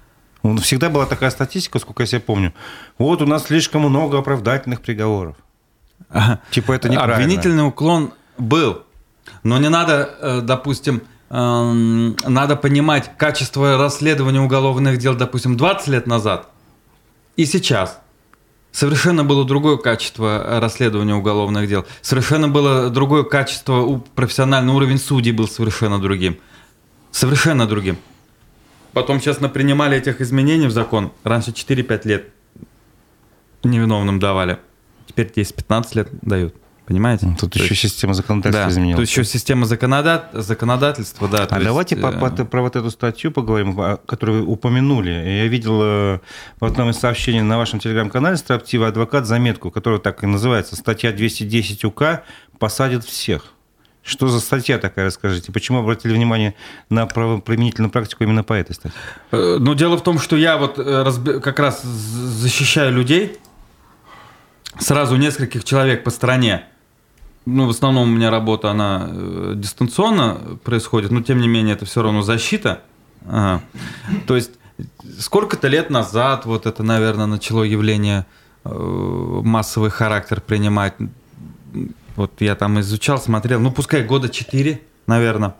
Всегда была такая статистика, сколько я себя помню. Вот у нас слишком много оправдательных приговоров. Типа это неправильно. Обвинительный уклон был. Но не надо, допустим, надо понимать качество расследования уголовных дел, допустим, двадцать лет назад и сейчас. Совершенно было другое качество расследования уголовных дел. Совершенно было другое качество, профессиональный уровень судей был совершенно другим. Совершенно другим. Потом, честно, принимали этих изменений в закон. Раньше четыре-пять лет невиновным давали. Теперь десять-пятнадцать лет дают. Понимаете? Тут то еще есть... система законодательства да, изменилась. Тут еще система законодат... законодательства, да. А давайте есть... по, по, про вот эту статью поговорим, которую вы упомянули. Я видел в одном из сообщений на вашем телеграм-канале «Строптивый адвокат» заметку, которая так и называется «Статья двести десять УК посадит всех». Что за статья такая, расскажите? Почему обратили внимание на правоприменительную практику именно по этой статье? Ну, дело в том, что я вот как раз защищаю людей, сразу нескольких человек по стране. Ну, в основном у меня работа, она дистанционно происходит, но тем не менее это все равно защита. Ага. То есть сколько-то лет назад вот это, наверное, начало явление массовый характер принимать. Вот я там изучал, смотрел, ну, пускай года четыре, наверное.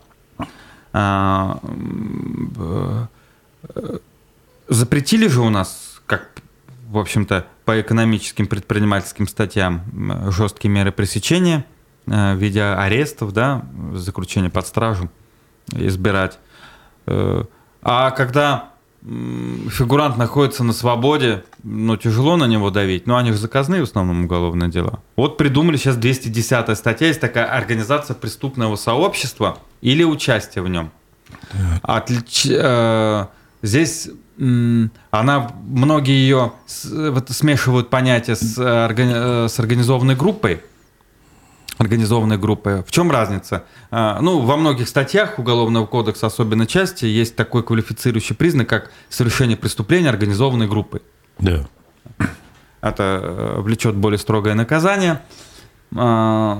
Запретили же у нас, как, в общем-то, по экономическим предпринимательским статьям жесткие меры пресечения в виде арестов, да, заключения под стражу избирать. А когда фигурант находится на свободе, ну, тяжело на него давить, но они же заказные в основном уголовные дела. Вот придумали сейчас двести десятая статья, есть такая организация преступного сообщества или участие в нем. Отлич... Здесь она, многие ее смешивают понятие с, органи... с организованной группой. Организованной группой. В чем разница? Ну, во многих статьях Уголовного кодекса, особенно части, есть такой квалифицирующий признак, как совершение преступления организованной группой. Да. Это влечет более строгое наказание. Но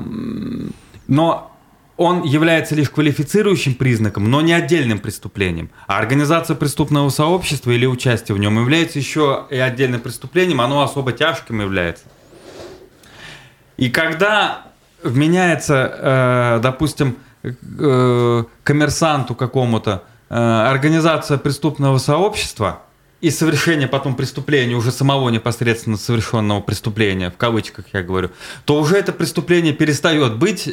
он является лишь квалифицирующим признаком, но не отдельным преступлением. А организация преступного сообщества или участие в нем является еще и отдельным преступлением, оно особо тяжким является. И когда вменяется, допустим, коммерсанту какому-то организация преступного сообщества и совершение потом преступления уже самого непосредственно совершенного преступления, в кавычках я говорю, то уже это преступление перестает быть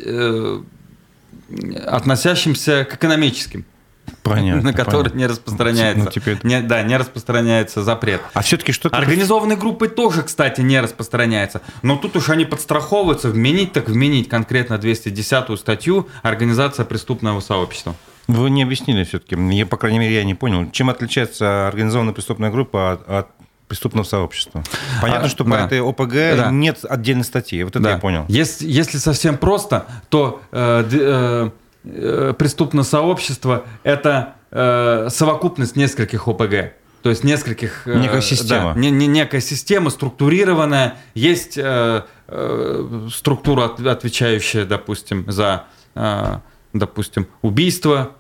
относящимся к экономическим. Понятно, на который понятно. не распространяется, ну, теперь... не, да, не распространяется запрет. А все-таки что-то... Организованной группой тоже, кстати, не распространяется. Но тут уж они подстраховываются, вменить так вменить конкретно двести десятую статью «Организация преступного сообщества». Вы не объяснили все-таки, я, по крайней мере, я не понял, чем отличается организованная преступная группа от, от преступного сообщества? Понятно, а, что да. по этой ОПГ да. нет отдельной статьи, вот это да. я понял. Если, если совсем просто, то... Э, э, преступное сообщество – это э, совокупность нескольких ОПГ. То есть нескольких... Э, некая система. Да, не, не, некая система, структурированная. Есть э, э, структура, отвечающая, допустим, за э, допустим, убийство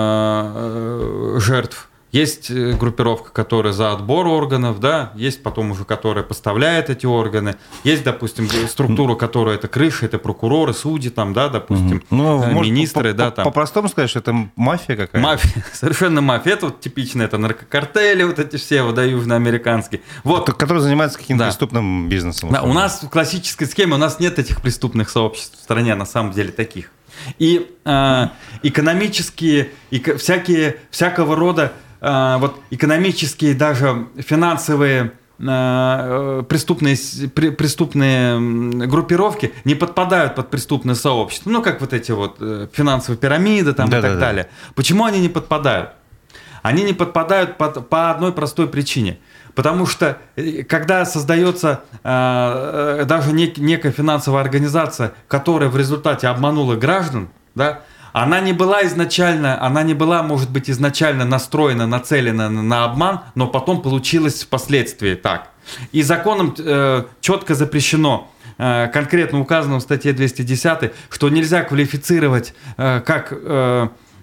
э, э, жертв. Есть группировка, которая за отбор органов, да, есть потом уже, которая поставляет эти органы, есть, допустим, структура, которая это крыша, это прокуроры, судьи, там, да, допустим, ну, министры, может, да, там. По-простому сказать, что это мафия какая-то? Мафия, совершенно мафия. Это вот типично, это наркокартели, вот эти все, вот, да, южноамериканские. Вот. Которые занимаются каким-то да. преступным бизнесом. Да, у нас в классической схеме у нас нет этих преступных сообществ в стране, на самом деле, таких. И э, экономические, и всякие, всякого рода вот экономические, даже финансовые преступные, преступные группировки не подпадают под преступное сообщество. Ну, как вот эти вот финансовые пирамиды там, да, и так да, далее. Да. Почему они не подпадают? Они не подпадают под, по одной простой причине. Потому что, когда создается э, даже нек, некая финансовая организация, которая в результате обманула граждан, да, она не была изначально, она не была, может быть, изначально настроена, нацелена на обман, но потом получилось впоследствии так. И законом э, четко запрещено, э, конкретно указано в статье двести десять, что нельзя квалифицировать э, как э,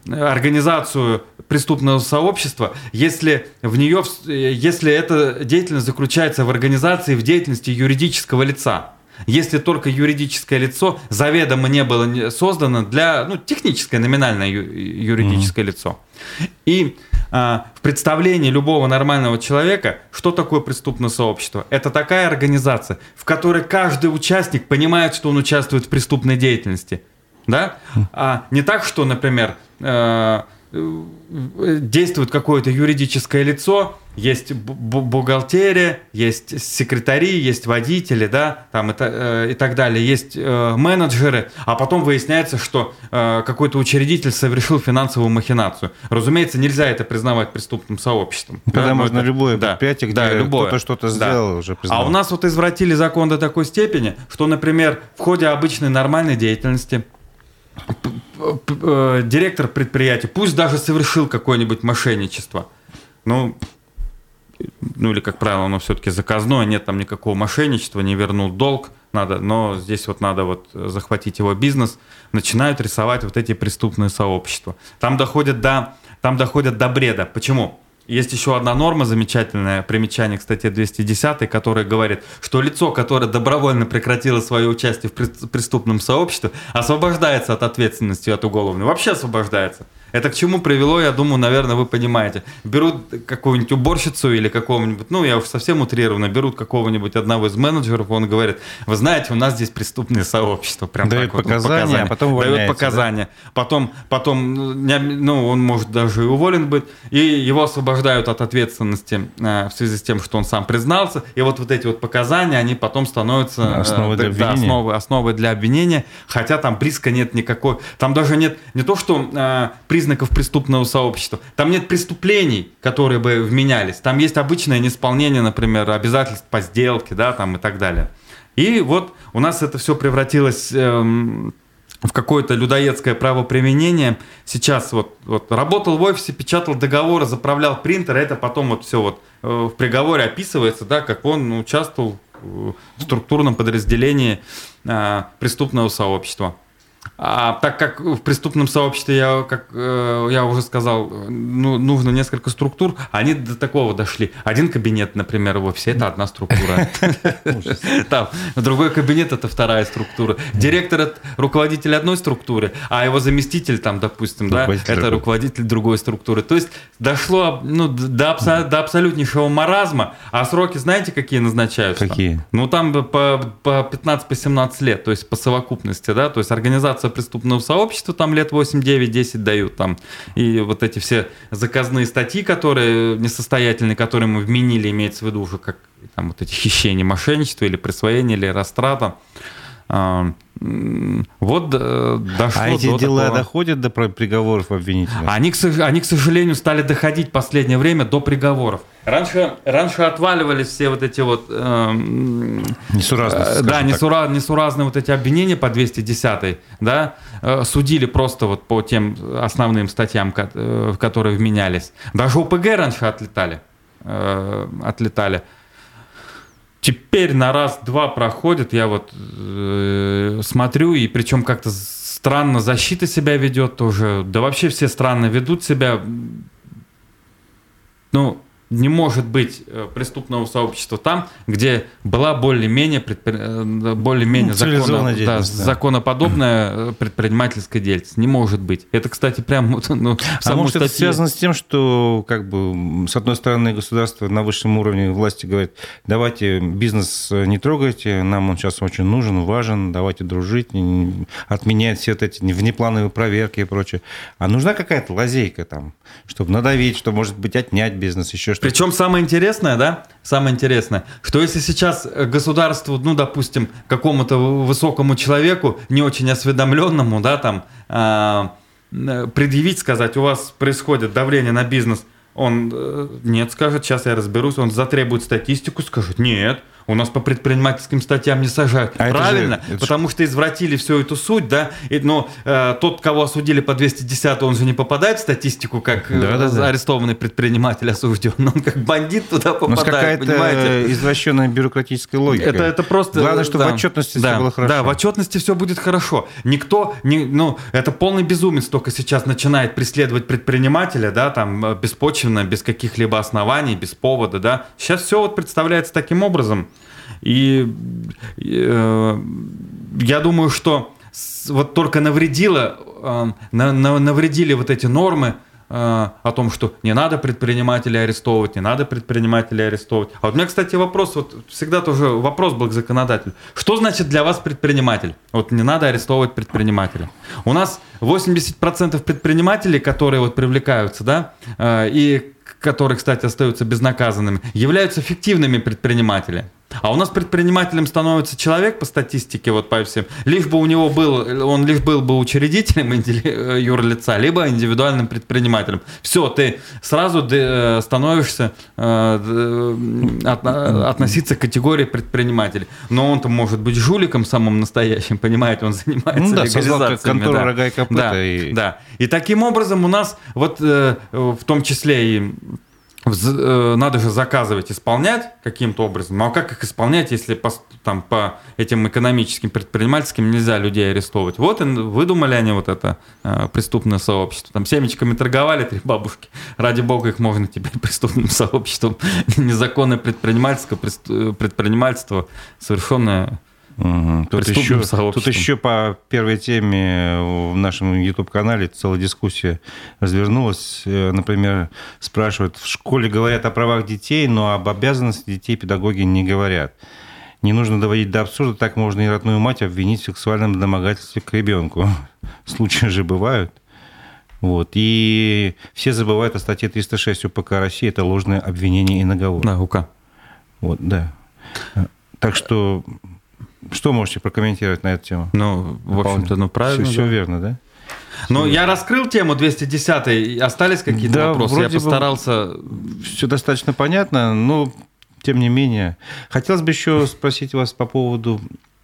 организацию преступного сообщества, если в нее, если эта деятельность заключается в организации в деятельности юридического лица. Если только юридическое лицо заведомо не было создано для, ну, техническое, номинальное юридическое mm-hmm. лицо. И а, в представлении любого нормального человека, что такое преступное сообщество? Это такая организация, в которой каждый участник понимает, что он участвует в преступной деятельности. Да? А не так, что, например, э, действует какое-то юридическое лицо, есть бухгалтерия, есть секретари, есть водители, да, там, и, э, и так далее, есть э, менеджеры, а потом выясняется, что э, какой-то учредитель совершил финансовую махинацию. Разумеется, нельзя это признавать преступным сообществом. Когда да? можно это, любое да, предприятие, где да, любое. кто-то что-то сделал, да. уже признавать. А у нас вот извратили закон до такой степени, что, например, в ходе обычной нормальной деятельности директор предприятия, пусть даже совершил какое-нибудь мошенничество, ну, ну или, как правило, оно все-таки заказное, нет там никакого мошенничества, не вернул долг, надо, но здесь вот надо вот захватить его бизнес, начинают рисовать вот эти преступные сообщества. Там доходят до, там доходят до бреда. Почему? Есть еще одна норма замечательная, примечание к статье двести десять, которая говорит, что лицо, которое добровольно прекратило свое участие в преступном сообществе, освобождается от ответственности от уголовной. Вообще освобождается. Это к чему привело, я думаю, наверное, вы понимаете. Берут какую-нибудь уборщицу или какого-нибудь, ну, я уж совсем утрированно, берут какого-нибудь одного из менеджеров, он говорит, вы знаете, у нас здесь преступное сообщество. Прям дает так показания, вот, показания, а потом увольняется. Дает показания. Да? Потом, потом, ну, он может даже и уволен быть, и его освобождают от ответственности в связи с тем, что он сам признался. И вот, вот эти вот показания, они потом становятся основой для, да, основой, основой для обвинения, хотя там близко нет никакой, там даже нет не то, что э, признаков преступного сообщества, там нет преступлений, которые бы вменялись, там есть обычное неисполнение, например, обязательств по сделке, да, там и так далее. И вот у нас это все превратилось э, в какое-то людоедское правоприменение. Сейчас вот, вот работал в офисе, печатал договоры, заправлял принтер, это потом вот все вот э, в приговоре описывается, да, как он участвовал в структурном подразделении э, преступного сообщества. А так как в преступном сообществе, я, как э, я уже сказал, ну, нужно несколько структур, они до такого дошли. Один кабинет, например, в офисе – это одна структура. Там другой кабинет – это вторая структура. Директор – это руководитель одной структуры, а его заместитель, там, допустим, да, это руководитель другой структуры. То есть дошло ну, до, абсо- до абсолютнейшего маразма, а сроки знаете, какие назначаются? Какие? Ну, там по, по пятнадцать-семнадцать лет, то есть по совокупности, да, то есть организация преступного сообщества там лет восемь, девять, десять дают там. И вот эти все заказные статьи, которые несостоятельные, которые мы вменили, имеется в виду уже как там вот эти хищения, мошенничество или присвоение, или растрата. Вот дошло а эти до дела такого. Доходят до приговоров обвинителя? Они, они, к сожалению, стали доходить в последнее время до приговоров. Раньше, раньше отваливались все вот эти вот э, несуразные, да, несура, несуразные вот эти обвинения по двести десятой, да, э, судили просто вот по тем основным статьям, в которые вменялись. Даже ОПГ раньше отлетали, э, отлетали. Теперь на раз-два проходит, я вот э, смотрю, и причем как-то странно защита себя ведет тоже, да вообще все странно ведут себя, ну, не может быть преступного сообщества там, где была более-менее, предпри... более-менее ну, законно... да, да. законоподобная предпринимательская деятельность. Не может быть. Это, кстати, прям... Ну, а может статье... это связано с тем, что, как бы, с одной стороны, государство на высшем уровне власти говорит, давайте бизнес не трогайте, нам он сейчас очень нужен, важен, давайте дружить, отменять все вот эти внеплановые проверки и прочее. А нужна какая-то лазейка там, чтобы надавить, чтобы, может быть, отнять бизнес, еще что-то. Причем самое интересное, да, самое интересное, что если сейчас государству, ну, допустим, какому-то высокому человеку, не очень осведомленному, да, там, э, предъявить, сказать, у вас происходит давление на бизнес, он э, нет, скажет, сейчас я разберусь, он затребует статистику, скажет, нет, У нас по предпринимательским статьям не сажают. А правильно, это же, это потому же... что извратили всю эту суть, да. И, но э, тот, кого осудили по двести десять, он же не попадает в статистику, как да, да, да. арестованный предприниматель осужден. Он как бандит туда попадает, ну, какая-то извращенная бюрократическая логика. Это, это просто... Главное, чтобы да, в отчетности да, все было хорошо. Да, в отчетности все будет хорошо. Никто, не, ну, это полный безумец только сейчас начинает преследовать предпринимателя, да, там, беспочвенно, без каких-либо оснований, без повода, да. Сейчас все вот представляется таким образом. И э, я думаю, что вот только навредило, э, на, на, навредили вот эти нормы э, о том, что не надо предпринимателей арестовывать, не надо предпринимателей арестовывать. А вот у меня, кстати, вопрос, вот всегда тоже вопрос был к законодателю. Что значит для вас предприниматель? Вот не надо арестовывать предпринимателя. У нас восемьдесят процентов предпринимателей, которые вот привлекаются, да, э, и которые, кстати, остаются безнаказанными, являются фиктивными предпринимателями. А у нас предпринимателем становится человек по статистике, вот по всем, лишь бы у него был, он лишь был бы учредителем юрлица, либо индивидуальным предпринимателем. Все, ты сразу становишься относиться к категории предпринимателей. Но он-то может быть жуликом самым настоящим, понимаете, он занимается ну, да, легализациями. Контору да. рога и копыта. Да, и... да. И таким образом у нас вот в том числе и надо же заказывать, исполнять каким-то образом. Ну а как их исполнять, если по, там, по этим экономическим, предпринимательским нельзя людей арестовывать? Вот и выдумали они вот это э, преступное сообщество. Там семечками торговали три бабушки. Ради бога, их можно теперь преступным сообществом. Незаконное предпринимательство, предпринимательство совершенное... Угу. Тут, еще, тут еще по первой теме в нашем YouTube-канале целая дискуссия развернулась. Например, спрашивают, в школе говорят о правах детей, но об обязанностях детей педагоги не говорят. Не нужно доводить до абсурда, так можно и родную мать обвинить в сексуальном домогательстве к ребенку. Случаи же бывают. Вот. И все забывают о статье триста шесть УПК России, это ложное обвинение и наговор. Да, УК. Вот, да. Так что... Что можете прокомментировать на эту тему? Ну, в общем-то, ну правильно. Все, да. все верно, да? Ну, все я раскрыл тему двести десять, остались какие-то да, вопросы? Я постарался... Все достаточно понятно, но тем не менее. Хотелось бы еще спросить вас по поводу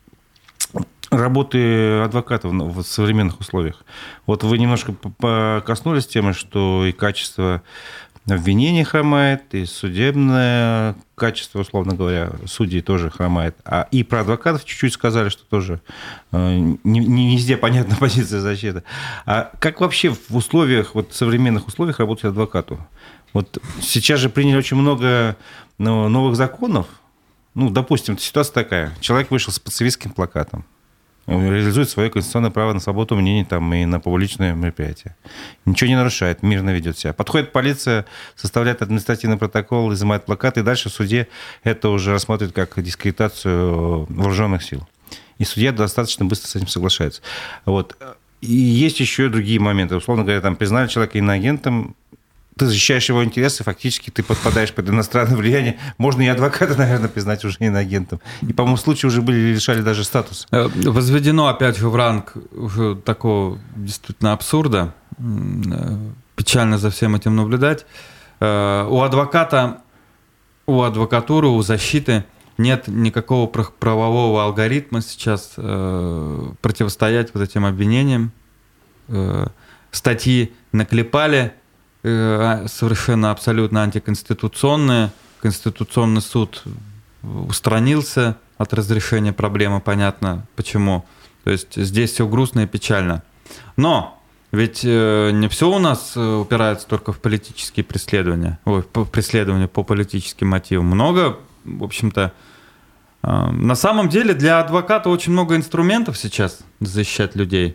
работы адвокатов в современных условиях. Вот вы немножко коснулись темы, что и качество обвинений хромает, и судебное качество, условно говоря, судей тоже хромает. А и про адвокатов чуть-чуть сказали, что тоже не, не везде понятна позиция защиты. А как вообще в условиях, вот современных условиях работать адвокату? Вот сейчас же приняли очень много ну, новых законов. Ну, допустим, ситуация такая. Человек вышел с пацифистским плакатом. Он реализует свое конституционное право на свободу мнений там, и на публичное мероприятие. Ничего не нарушает, мирно ведет себя. Подходит полиция, составляет административный протокол, изымает плакаты, и дальше в суде это уже рассматривает как дискредитацию вооруженных сил. И судья достаточно быстро с этим соглашается. Вот. И есть еще и другие моменты. Условно говоря, там, признали человека иноагентом, ты защищаешь его интересы, фактически ты подпадаешь под иностранное влияние. Можно и адвоката, наверное, признать уже иноагентом. И, по-моему, случаи уже были, лишали даже статуса. Возведено, опять же, в ранг уже такого действительно абсурда. Печально за всем этим наблюдать. У адвоката, у адвокатуры, у защиты нет никакого правового алгоритма сейчас противостоять вот этим обвинениям. Статьи наклепали, совершенно абсолютно антиконституционные. Конституционный суд устранился от разрешения проблемы, понятно почему. То есть здесь все грустно и печально. Но ведь не все у нас упирается только в политические преследования, ой, преследования по политическим мотивам. Много, в общем-то, на самом деле для адвоката очень много инструментов сейчас защищать людей.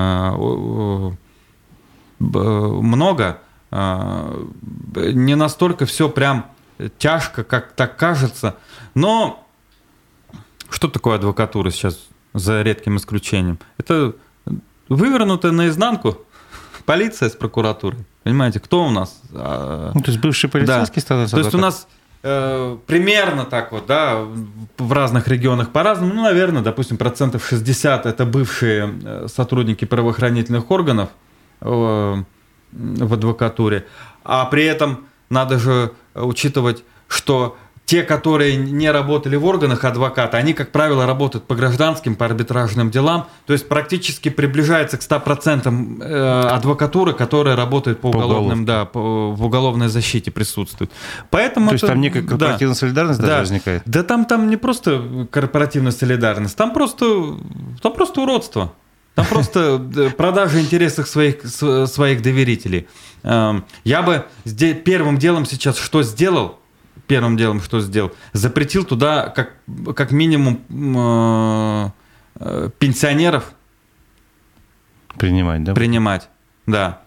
Много. Не настолько все прям тяжко, как так кажется. Но что такое адвокатура сейчас, за редким исключением? Это вывернутая наизнанку полиция с прокуратурой. Понимаете, кто у нас? Ну, то есть бывший полицейский да. становится. То есть у нас э, примерно так вот, да, в разных регионах по-разному. Ну, наверное, допустим, процентов шестьдесят это бывшие сотрудники правоохранительных органов э, в адвокатуре. А при этом надо же учитывать, что те, которые не работали в органах адвоката, они, как правило, работают по гражданским, по арбитражным делам, то есть практически приближается к ста процентам адвокатуры, которая работает по, по уголовным, да, по, в уголовной защите присутствует. Поэтому то это, есть там некая корпоративная да, солидарность да, даже возникает? Да там, там не просто корпоративная солидарность, там просто, там просто уродство. Там просто продажа интересов своих, своих доверителей. Я бы здесь первым делом сейчас что сделал? Первым делом что сделал? Запретил туда как, как минимум пенсионеров принимать, да? Принимать, да.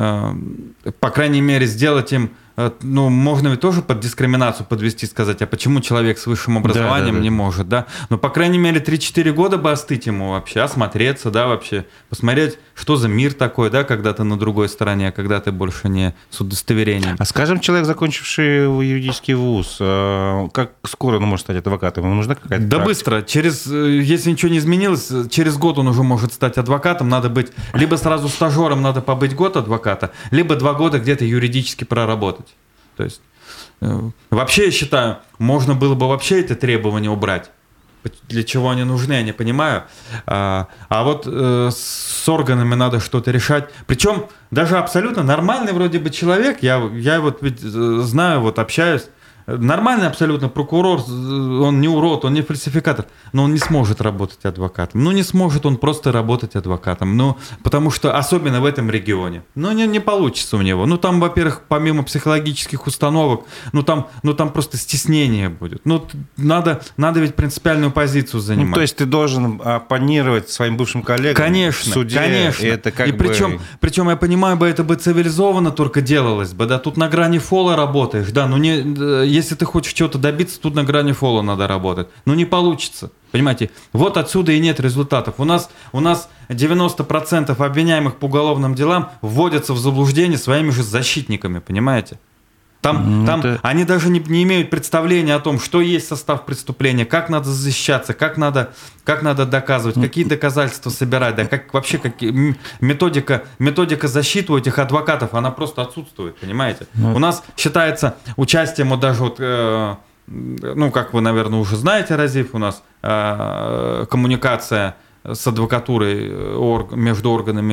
По крайней мере, сделать им... Ну, можно ведь тоже под дискриминацию подвести, сказать, а почему человек с высшим образованием да, да, да. не может, да? Но, по крайней мере, три-четыре года бы остыть ему вообще, осмотреться, да, вообще, посмотреть, что за мир такой, да, когда ты на другой стороне, когда ты больше не с удостоверением. А скажем, человек, закончивший юридический вуз, как скоро он может стать адвокатом? Ему нужна какая-то Да практика? быстро. Через, если ничего не изменилось, через год он уже может стать адвокатом. Надо быть либо сразу стажером, надо побыть год адвоката, либо два года где-то юридически проработать. То есть, вообще, я считаю, можно было бы вообще эти требования убрать. Для чего они нужны, я не понимаю. А, а вот э, с органами надо что-то решать. Причем даже абсолютно нормальный вроде бы человек, я, я вот ведь знаю, вот общаюсь, нормальный абсолютно прокурор, он не урод, он не фальсификатор, но он не сможет работать адвокатом. Ну, не сможет он просто работать адвокатом. Ну, потому что, особенно в этом регионе, ну, не, не получится у него. Ну, там, во-первых, помимо психологических установок, ну, там, ну, там просто стеснение будет. Ну, надо, надо ведь принципиальную позицию занимать. Ну, то есть ты должен оппонировать своим бывшим коллегам конечно, в суде. Конечно, и это как и бы... причем, причем, я понимаю, бы это бы цивилизованно только делалось бы, да, тут на грани фола работаешь, да, ну, не... Если ты хочешь чего-то добиться, тут на грани фола надо работать. Но не получится. Понимаете? Вот отсюда и нет результатов. У нас, у нас девяносто процентов обвиняемых по уголовным делам вводятся в заблуждение своими же защитниками. Понимаете? Там, там это... они даже не, не имеют представления о том, что есть состав преступления, как надо защищаться, как надо, как надо доказывать, какие доказательства собирать, да, как вообще какие, методика, методика защиты у этих адвокатов, она просто отсутствует, понимаете? Ну... У нас считается участием, вот даже вот, э, ну, как вы, наверное, уже знаете, Разиф, у нас э, коммуникация с адвокатурой, между органами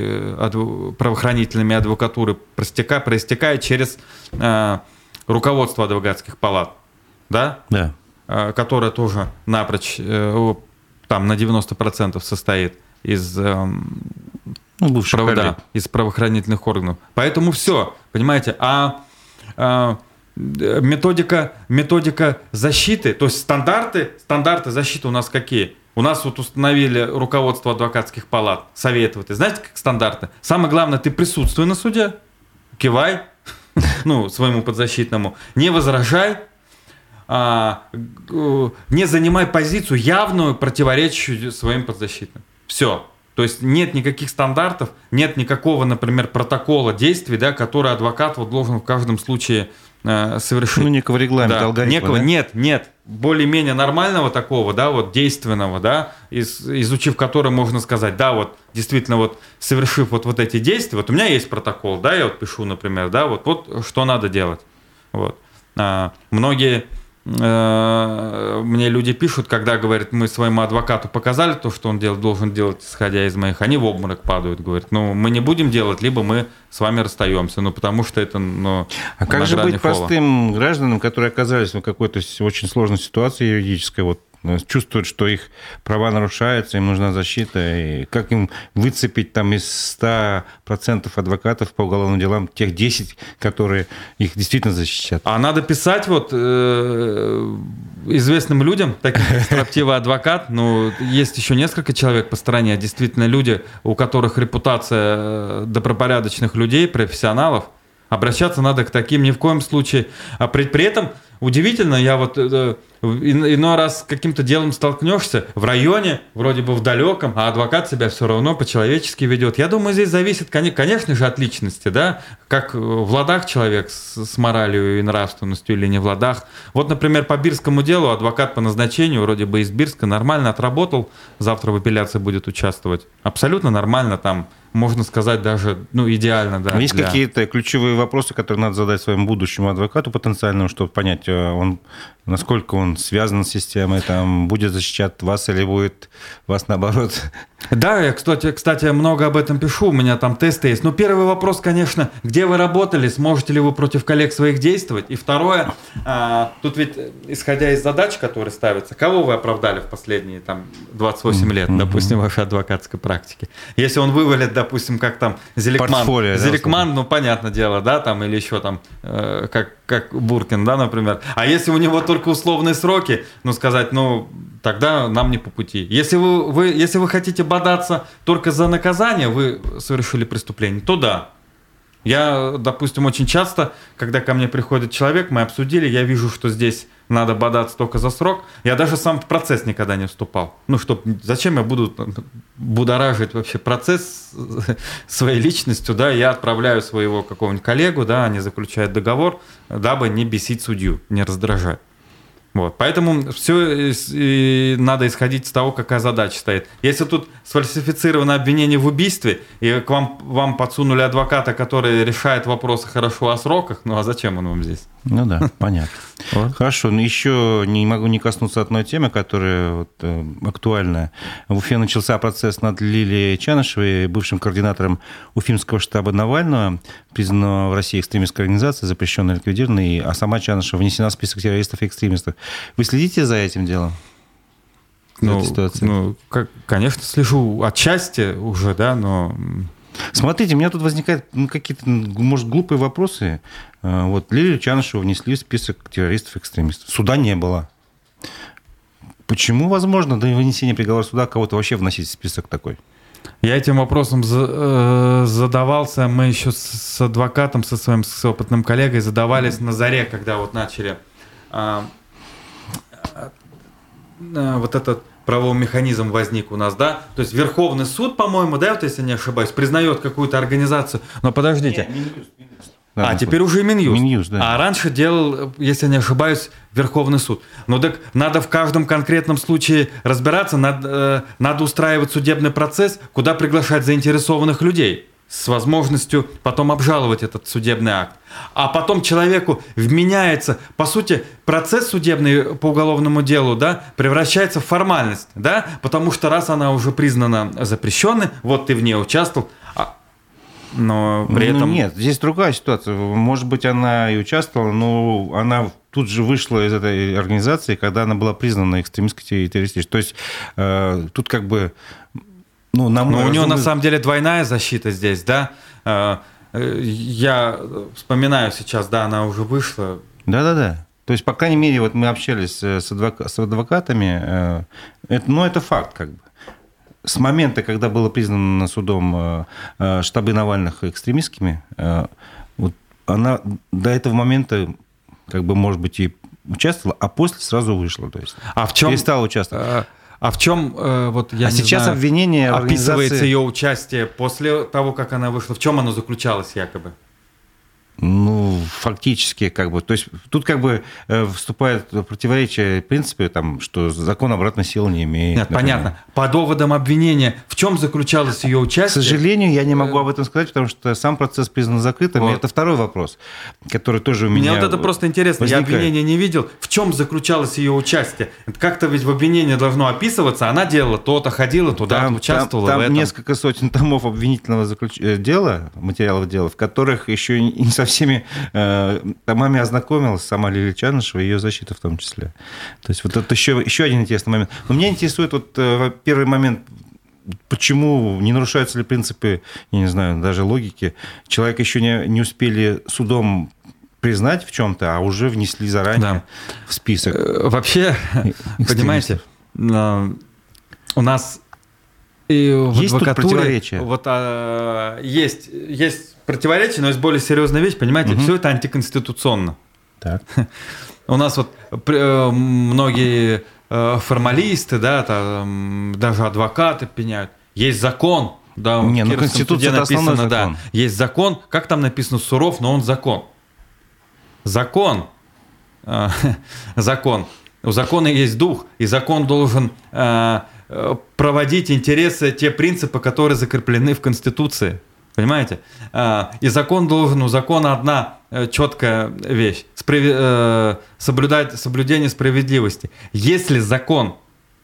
и правоохранительными адвокатуры проистекает, проистекает через э, руководство адвокатских палат, да? Да. Э, которое тоже напрочь э, там на девяносто процентов состоит из, э, ну, прав, да, из правоохранительных органов. Поэтому все, понимаете, а э, методика, методика защиты, то есть стандарты, стандарты защиты у нас какие? У нас вот установили руководство адвокатских палат, советуют. И знаете, как стандарты? Самое главное, ты присутствуй на суде, кивай, ну, своему подзащитному, не возражай, а, не занимай позицию явную, противоречащую своим подзащитным. Все. То есть нет никаких стандартов, нет никакого, например, протокола действий, да, который адвокат вот должен в каждом случае э, совершить. Ну, некого регламента, да, алгоритма. Некого, да? Нет, нет. Более-менее нормального такого, да, вот действенного, да, из, изучив который можно сказать, да, вот действительно вот совершив вот, вот эти действия, вот у меня есть протокол, да, я вот пишу, например, да, вот, вот что надо делать. Вот. А, многие э, мне люди пишут, когда, говорят, мы своему адвокату показали то, что он дел, должен делать, исходя из моих, они в обморок падают, говорят, ну, мы не будем делать, либо мы с вами расстаемся, ну, потому что это, ну, а как же быть фола. Простым гражданам, которые оказались в какой-то очень сложной ситуации юридической, вот, чувствуют, что их права нарушаются, им нужна защита, и как им выцепить там из ста процентов адвокатов по уголовным делам тех десять, которые их действительно защищат? А надо писать вот э, известным людям, таким как строптивый адвокат, ну, есть еще несколько человек по стране, действительно люди, у которых репутация добропорядочных людей, профессионалов, обращаться надо к таким ни в коем случае. А при, при этом удивительно, я вот э, иной раз с каким-то делом столкнешься в районе, вроде бы в далеком, а адвокат себя все равно по-человечески ведет. Я думаю, здесь зависит, конечно же, от личности, да, как в ладах человек с, с моралью и нравственностью или не в ладах. Вот, например, по бирскому делу адвокат по назначению, вроде бы из Бирска, нормально отработал, завтра в апелляции будет участвовать. Абсолютно нормально там. Можно сказать, даже ну, идеально. Да, есть для... какие-то ключевые вопросы, которые надо задать своему будущему адвокату потенциальному, чтобы понять, он, насколько он связан с системой, там, будет защищать вас или будет вас наоборот? Да, я, кстати, кстати, много об этом пишу, у меня там тесты есть. Но первый вопрос, конечно, где вы работали, сможете ли вы против коллег своих действовать? И второе, а, тут ведь, исходя из задач, которые ставятся, кого вы оправдали в последние там, двадцать восемь лет, mm-hmm. допустим, в вашей адвокатской практике? Если он вывалит, допустим, как там Зеликман, Зеликман, да, ну, понятное дело, да, там, или еще там, э, как, как Буркин, да, например. А если у него только условные сроки, ну, сказать, ну, тогда нам не по пути. Если вы, вы, если вы хотите бодаться только за наказание, вы совершили преступление, то да. Я, допустим, очень часто, когда ко мне приходит человек, мы обсудили, я вижу, что здесь надо бодаться только за срок. Я даже сам в процесс никогда не вступал. Ну, чтоб, зачем я буду будоражить вообще процесс своей личностью, да, я отправляю своего какого-нибудь коллегу, да, они заключают договор, дабы не бесить судью, не раздражать. Вот. Поэтому все надо исходить из того, какая задача стоит. Если тут сфальсифицировано обвинение в убийстве, и к вам, вам подсунули адвоката, который решает вопросы хорошо о сроках, ну а зачем он вам здесь? Ну да, понятно. Вот. Хорошо, но еще не могу не коснуться одной темы, которая вот, э, актуальна. В Уфе начался процесс над Лилией Чанышевой, бывшим координатором Уфимского штаба Навального, признанного в России экстремистской организацией, запрещенной, ликвидированной, а сама Чанышева внесена в список террористов и экстремистов. Вы следите за этим делом? Ну, ну как, конечно, слежу отчасти уже, да, но... Смотрите, у меня тут возникают ну, какие-то, может, глупые вопросы. Вот Лилию Чанышеву внесли в список террористов-экстремистов. Суда не было. Почему возможно до вынесения приговора суда кого-то вообще вносить в список такой? Я этим вопросом задавался. Мы еще с адвокатом, со своим с опытным коллегой задавались на заре, когда вот начали вот этот правовой механизм возник у нас, да? То есть Верховный суд, по-моему, да, вот если не ошибаюсь, признает какую-то организацию. Но подождите. Нет, Минюст, Минюст. Да, а, теперь уже и Минюст. Минюст, да. А раньше делал, если не ошибаюсь, Верховный суд. Ну так надо в каждом конкретном случае разбираться, надо, э, надо устраивать судебный процесс, куда приглашать заинтересованных людей с возможностью потом обжаловать этот судебный акт. А потом человеку вменяется, по сути, процесс судебный по уголовному делу, да, превращается в формальность, да, потому что раз она уже признана запрещенной, вот ты в ней участвовал, а, но при ну, этом... Нет, здесь другая ситуация. Может быть, она и участвовала, но она тут же вышла из этой организации, когда она была признана экстремистской и террористической. То есть э, тут как бы... Ну, на Но у него на самом деле двойная защита здесь, да. Я вспоминаю сейчас, да, она уже вышла. Да-да-да. То есть, по крайней мере, вот мы общались с, адвока- с адвокатами, это, ну, это факт как бы. С момента, когда было признано судом штабы Навальных экстремистскими, вот она до этого момента, как бы, может быть, и участвовала, а после сразу вышла. То есть, а в чем... перестала участвовать. А в чем, э, вот я а не сейчас знаю, обвинение описывается организации... ее участие после того, как она вышла? В чем оно заключалось якобы? Ну, фактически, как бы, то есть тут как бы вступает противоречие в принципе, там, что закон обратной силы не имеет. Нет, например. Понятно. По доводам обвинения, в чем заключалось ее участие? К сожалению, я не могу об этом сказать, потому что сам процесс признан закрытым. Вот. Это второй вопрос, который тоже у меня Мне вот это просто интересно. Возникает. Я обвинения не видел. В чем заключалось ее участие? Как-то ведь в обвинении должно описываться. Она делала то-то, ходила туда, там, участвовала там, в там этом. Несколько сотен томов обвинительного заключ... дела, материалов дела, в которых еще не со всеми э, томами ознакомилась сама Лилия Чанышева и ее защита в том числе. То есть вот это еще, еще один интересный момент. Но меня интересует вот э, первый момент, почему не нарушаются ли принципы, я не знаю, даже логики. Человека еще не, не успели судом признать в чем-то, а уже внесли заранее да. в список. Вообще, понимаете, у нас и в есть адвокатуре вот, а, есть, есть противоречие, но есть более серьезная вещь, понимаете, угу. все это антиконституционно. Так. У нас вот многие формалисты, да, там, даже адвокаты пеняют. Есть закон, да, не, ну Конституция это основной закон. Да, есть закон, как там написано, суров, но он закон. Закон, закон. У закона есть дух, и закон должен проводить интересы, те принципы, которые закреплены в Конституции. Понимаете? И закон должен, у закона одна четкая вещь – соблюдать, соблюдение справедливости. Если закон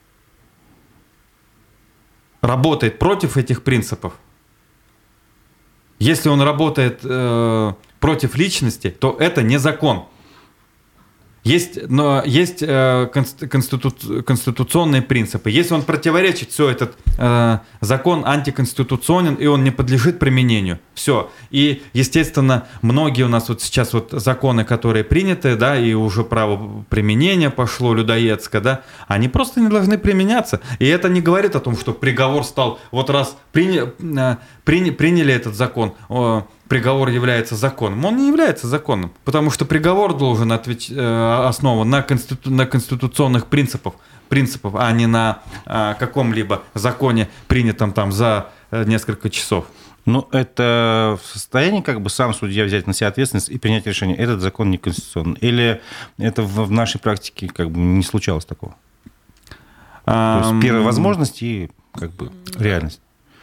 работает против этих принципов, если он работает против личности, то это не закон. Есть, но есть э, конститу, конституционные принципы. Если он противоречит, все, этот э, закон антиконституционен, и он не подлежит применению. Все. И, естественно, многие у нас вот сейчас вот законы, которые приняты, да, и уже право применения пошло людоедское, да, они просто не должны применяться. И это не говорит о том, что приговор стал, вот раз приня, э, приня, приняли этот закон, э, приговор является законом. Он не является законом, потому что приговор должен отвеч... основан на, конститу... на конституционных принципах, принципах, а не на а, каком-либо законе, принятом там за несколько часов. Ну, это в состоянии как бы сам судья взять на себя ответственность и принять решение, этот закон неконституционный? Или это в нашей практике как бы не случалось такого? А... То есть первая возможность и как бы реальность.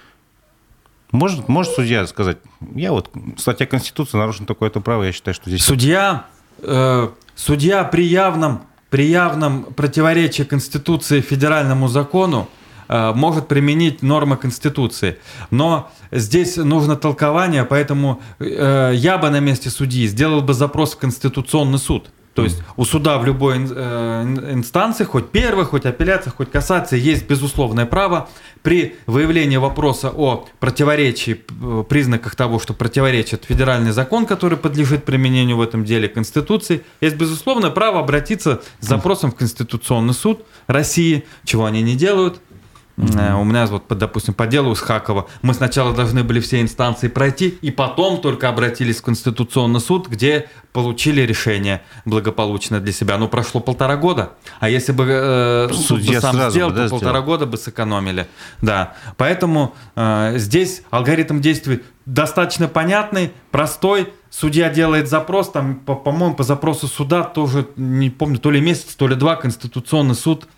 Может, может судья сказать, я вот, статья Конституции, нарушено такое-то право, я считаю, что здесь... Судья, э, судья при явном, при явном противоречии Конституции федеральному закону э, может применить нормы Конституции. Но здесь нужно толкование, поэтому э, я бы на месте судьи сделал бы запрос в Конституционный суд. То есть у суда в любой инстанции, хоть первой, хоть апелляции, хоть кассации, есть безусловное право при выявлении вопроса о противоречии, признаках того, что противоречит федеральный закон, который подлежит применению в этом деле Конституции, есть безусловное право обратиться с запросом в Конституционный суд России, чего они не делают. Mm-hmm. У меня, вот, допустим, по делу с Хакова мы сначала должны были все инстанции пройти, и потом только обратились в Конституционный суд, где получили решение благополучно для себя. Ну, прошло полтора года. А если бы э, суд бы сам сделал, бы, да, то полтора сделал. года бы сэкономили. Да. Поэтому э, здесь алгоритм действий достаточно понятный, простой. Судья делает запрос, там, по- по-моему, по запросу суда тоже, не помню, то ли месяц, то ли два, Конституционный суд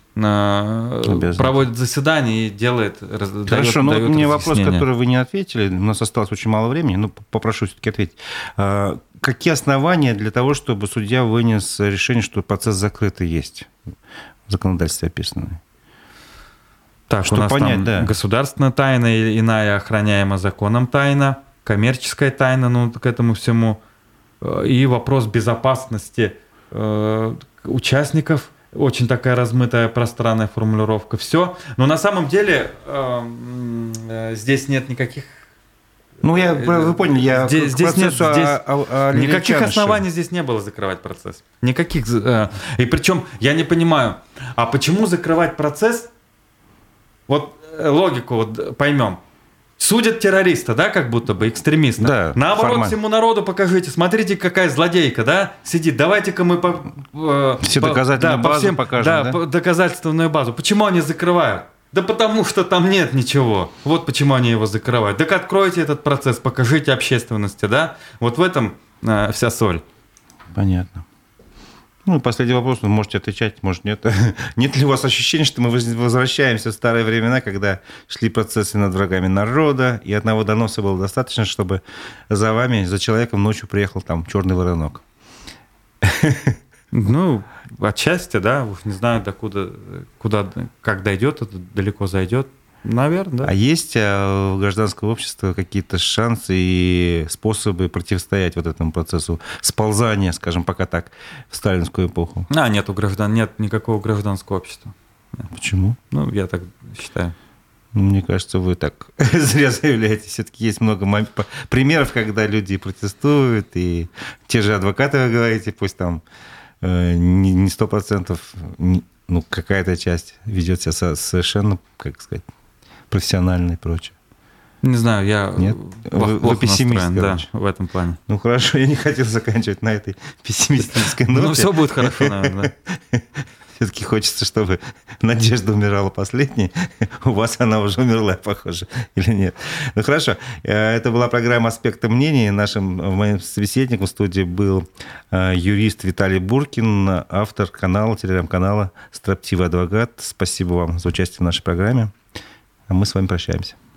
проводит заседание и делает. Хорошо, но мне вопрос, который вы не ответили, у нас осталось очень мало времени, но попрошу все-таки ответить. Какие основания для того, чтобы судья вынес решение, что процесс закрытый есть в законодательстве описанное? Так, что у нас понять, там да. Государственная тайна, иная охраняема законом тайна, коммерческая тайна, ну, к этому всему, и вопрос безопасности э, участников. Очень такая размытая, пространная формулировка. Все. Но на самом деле э, э, здесь нет никаких... Ну, я, вы поняли, я здесь, здесь нет здесь о, о, о никаких оснований здесь не было закрывать процесс. Никаких. Э, и причем я не понимаю, а почему закрывать процесс? Вот логику вот поймем. Судят террориста, да, как будто бы, экстремиста. Да, наоборот, формально. Всему народу покажите, смотрите, какая злодейка, да, сидит. Давайте-ка мы по, э, все по, доказательную да, базу по всем, покажем. Да, да? По, доказательственную базу. Почему они закрывают? Да потому что там нет ничего. Вот почему они его закрывают. Так откройте этот процесс, покажите общественности, да. Вот в этом э, вся соль. Понятно. Ну, и последний вопрос, вы можете отвечать, может, нет. Нет ли у вас ощущения, что мы возвращаемся в старые времена, когда шли процессы над врагами народа, и одного доноса было достаточно, чтобы за вами, за человеком ночью приехал там черный воронок? Ну, отчасти, да. Уж не знаю, докуда, куда, как дойдет, это далеко зайдет. Наверное, да. А есть у гражданского общества какие-то шансы и способы противостоять вот этому процессу сползания, скажем, пока так, в сталинскую эпоху? А, нет у граждан, нет никакого гражданского общества. Почему? Ну, я так считаю. Мне кажется, вы так зря заявляете. Все-таки есть много примеров, когда люди протестуют, и те же адвокаты, вы говорите, пусть там не сто процентов, ну, какая-то часть ведет себя совершенно, как сказать, профессионально и прочее. Не знаю, я Нет? Вы, вы пессимист, настроен, да, в этом плане. Ну хорошо, я не хотел заканчивать на этой пессимистической ноте. Ну все будет хорошо, наверное, да. Все-таки хочется, чтобы надежда умирала последней. У вас она уже умерла, похоже, или нет? Ну хорошо. Это была программа «Аспекты мнений». Нашим моим собеседником в студии был юрист Виталий Буркин, автор канала, телеграм-канала «Строптивый адвокат». Спасибо вам за участие в нашей программе. А мы с вами прощаемся.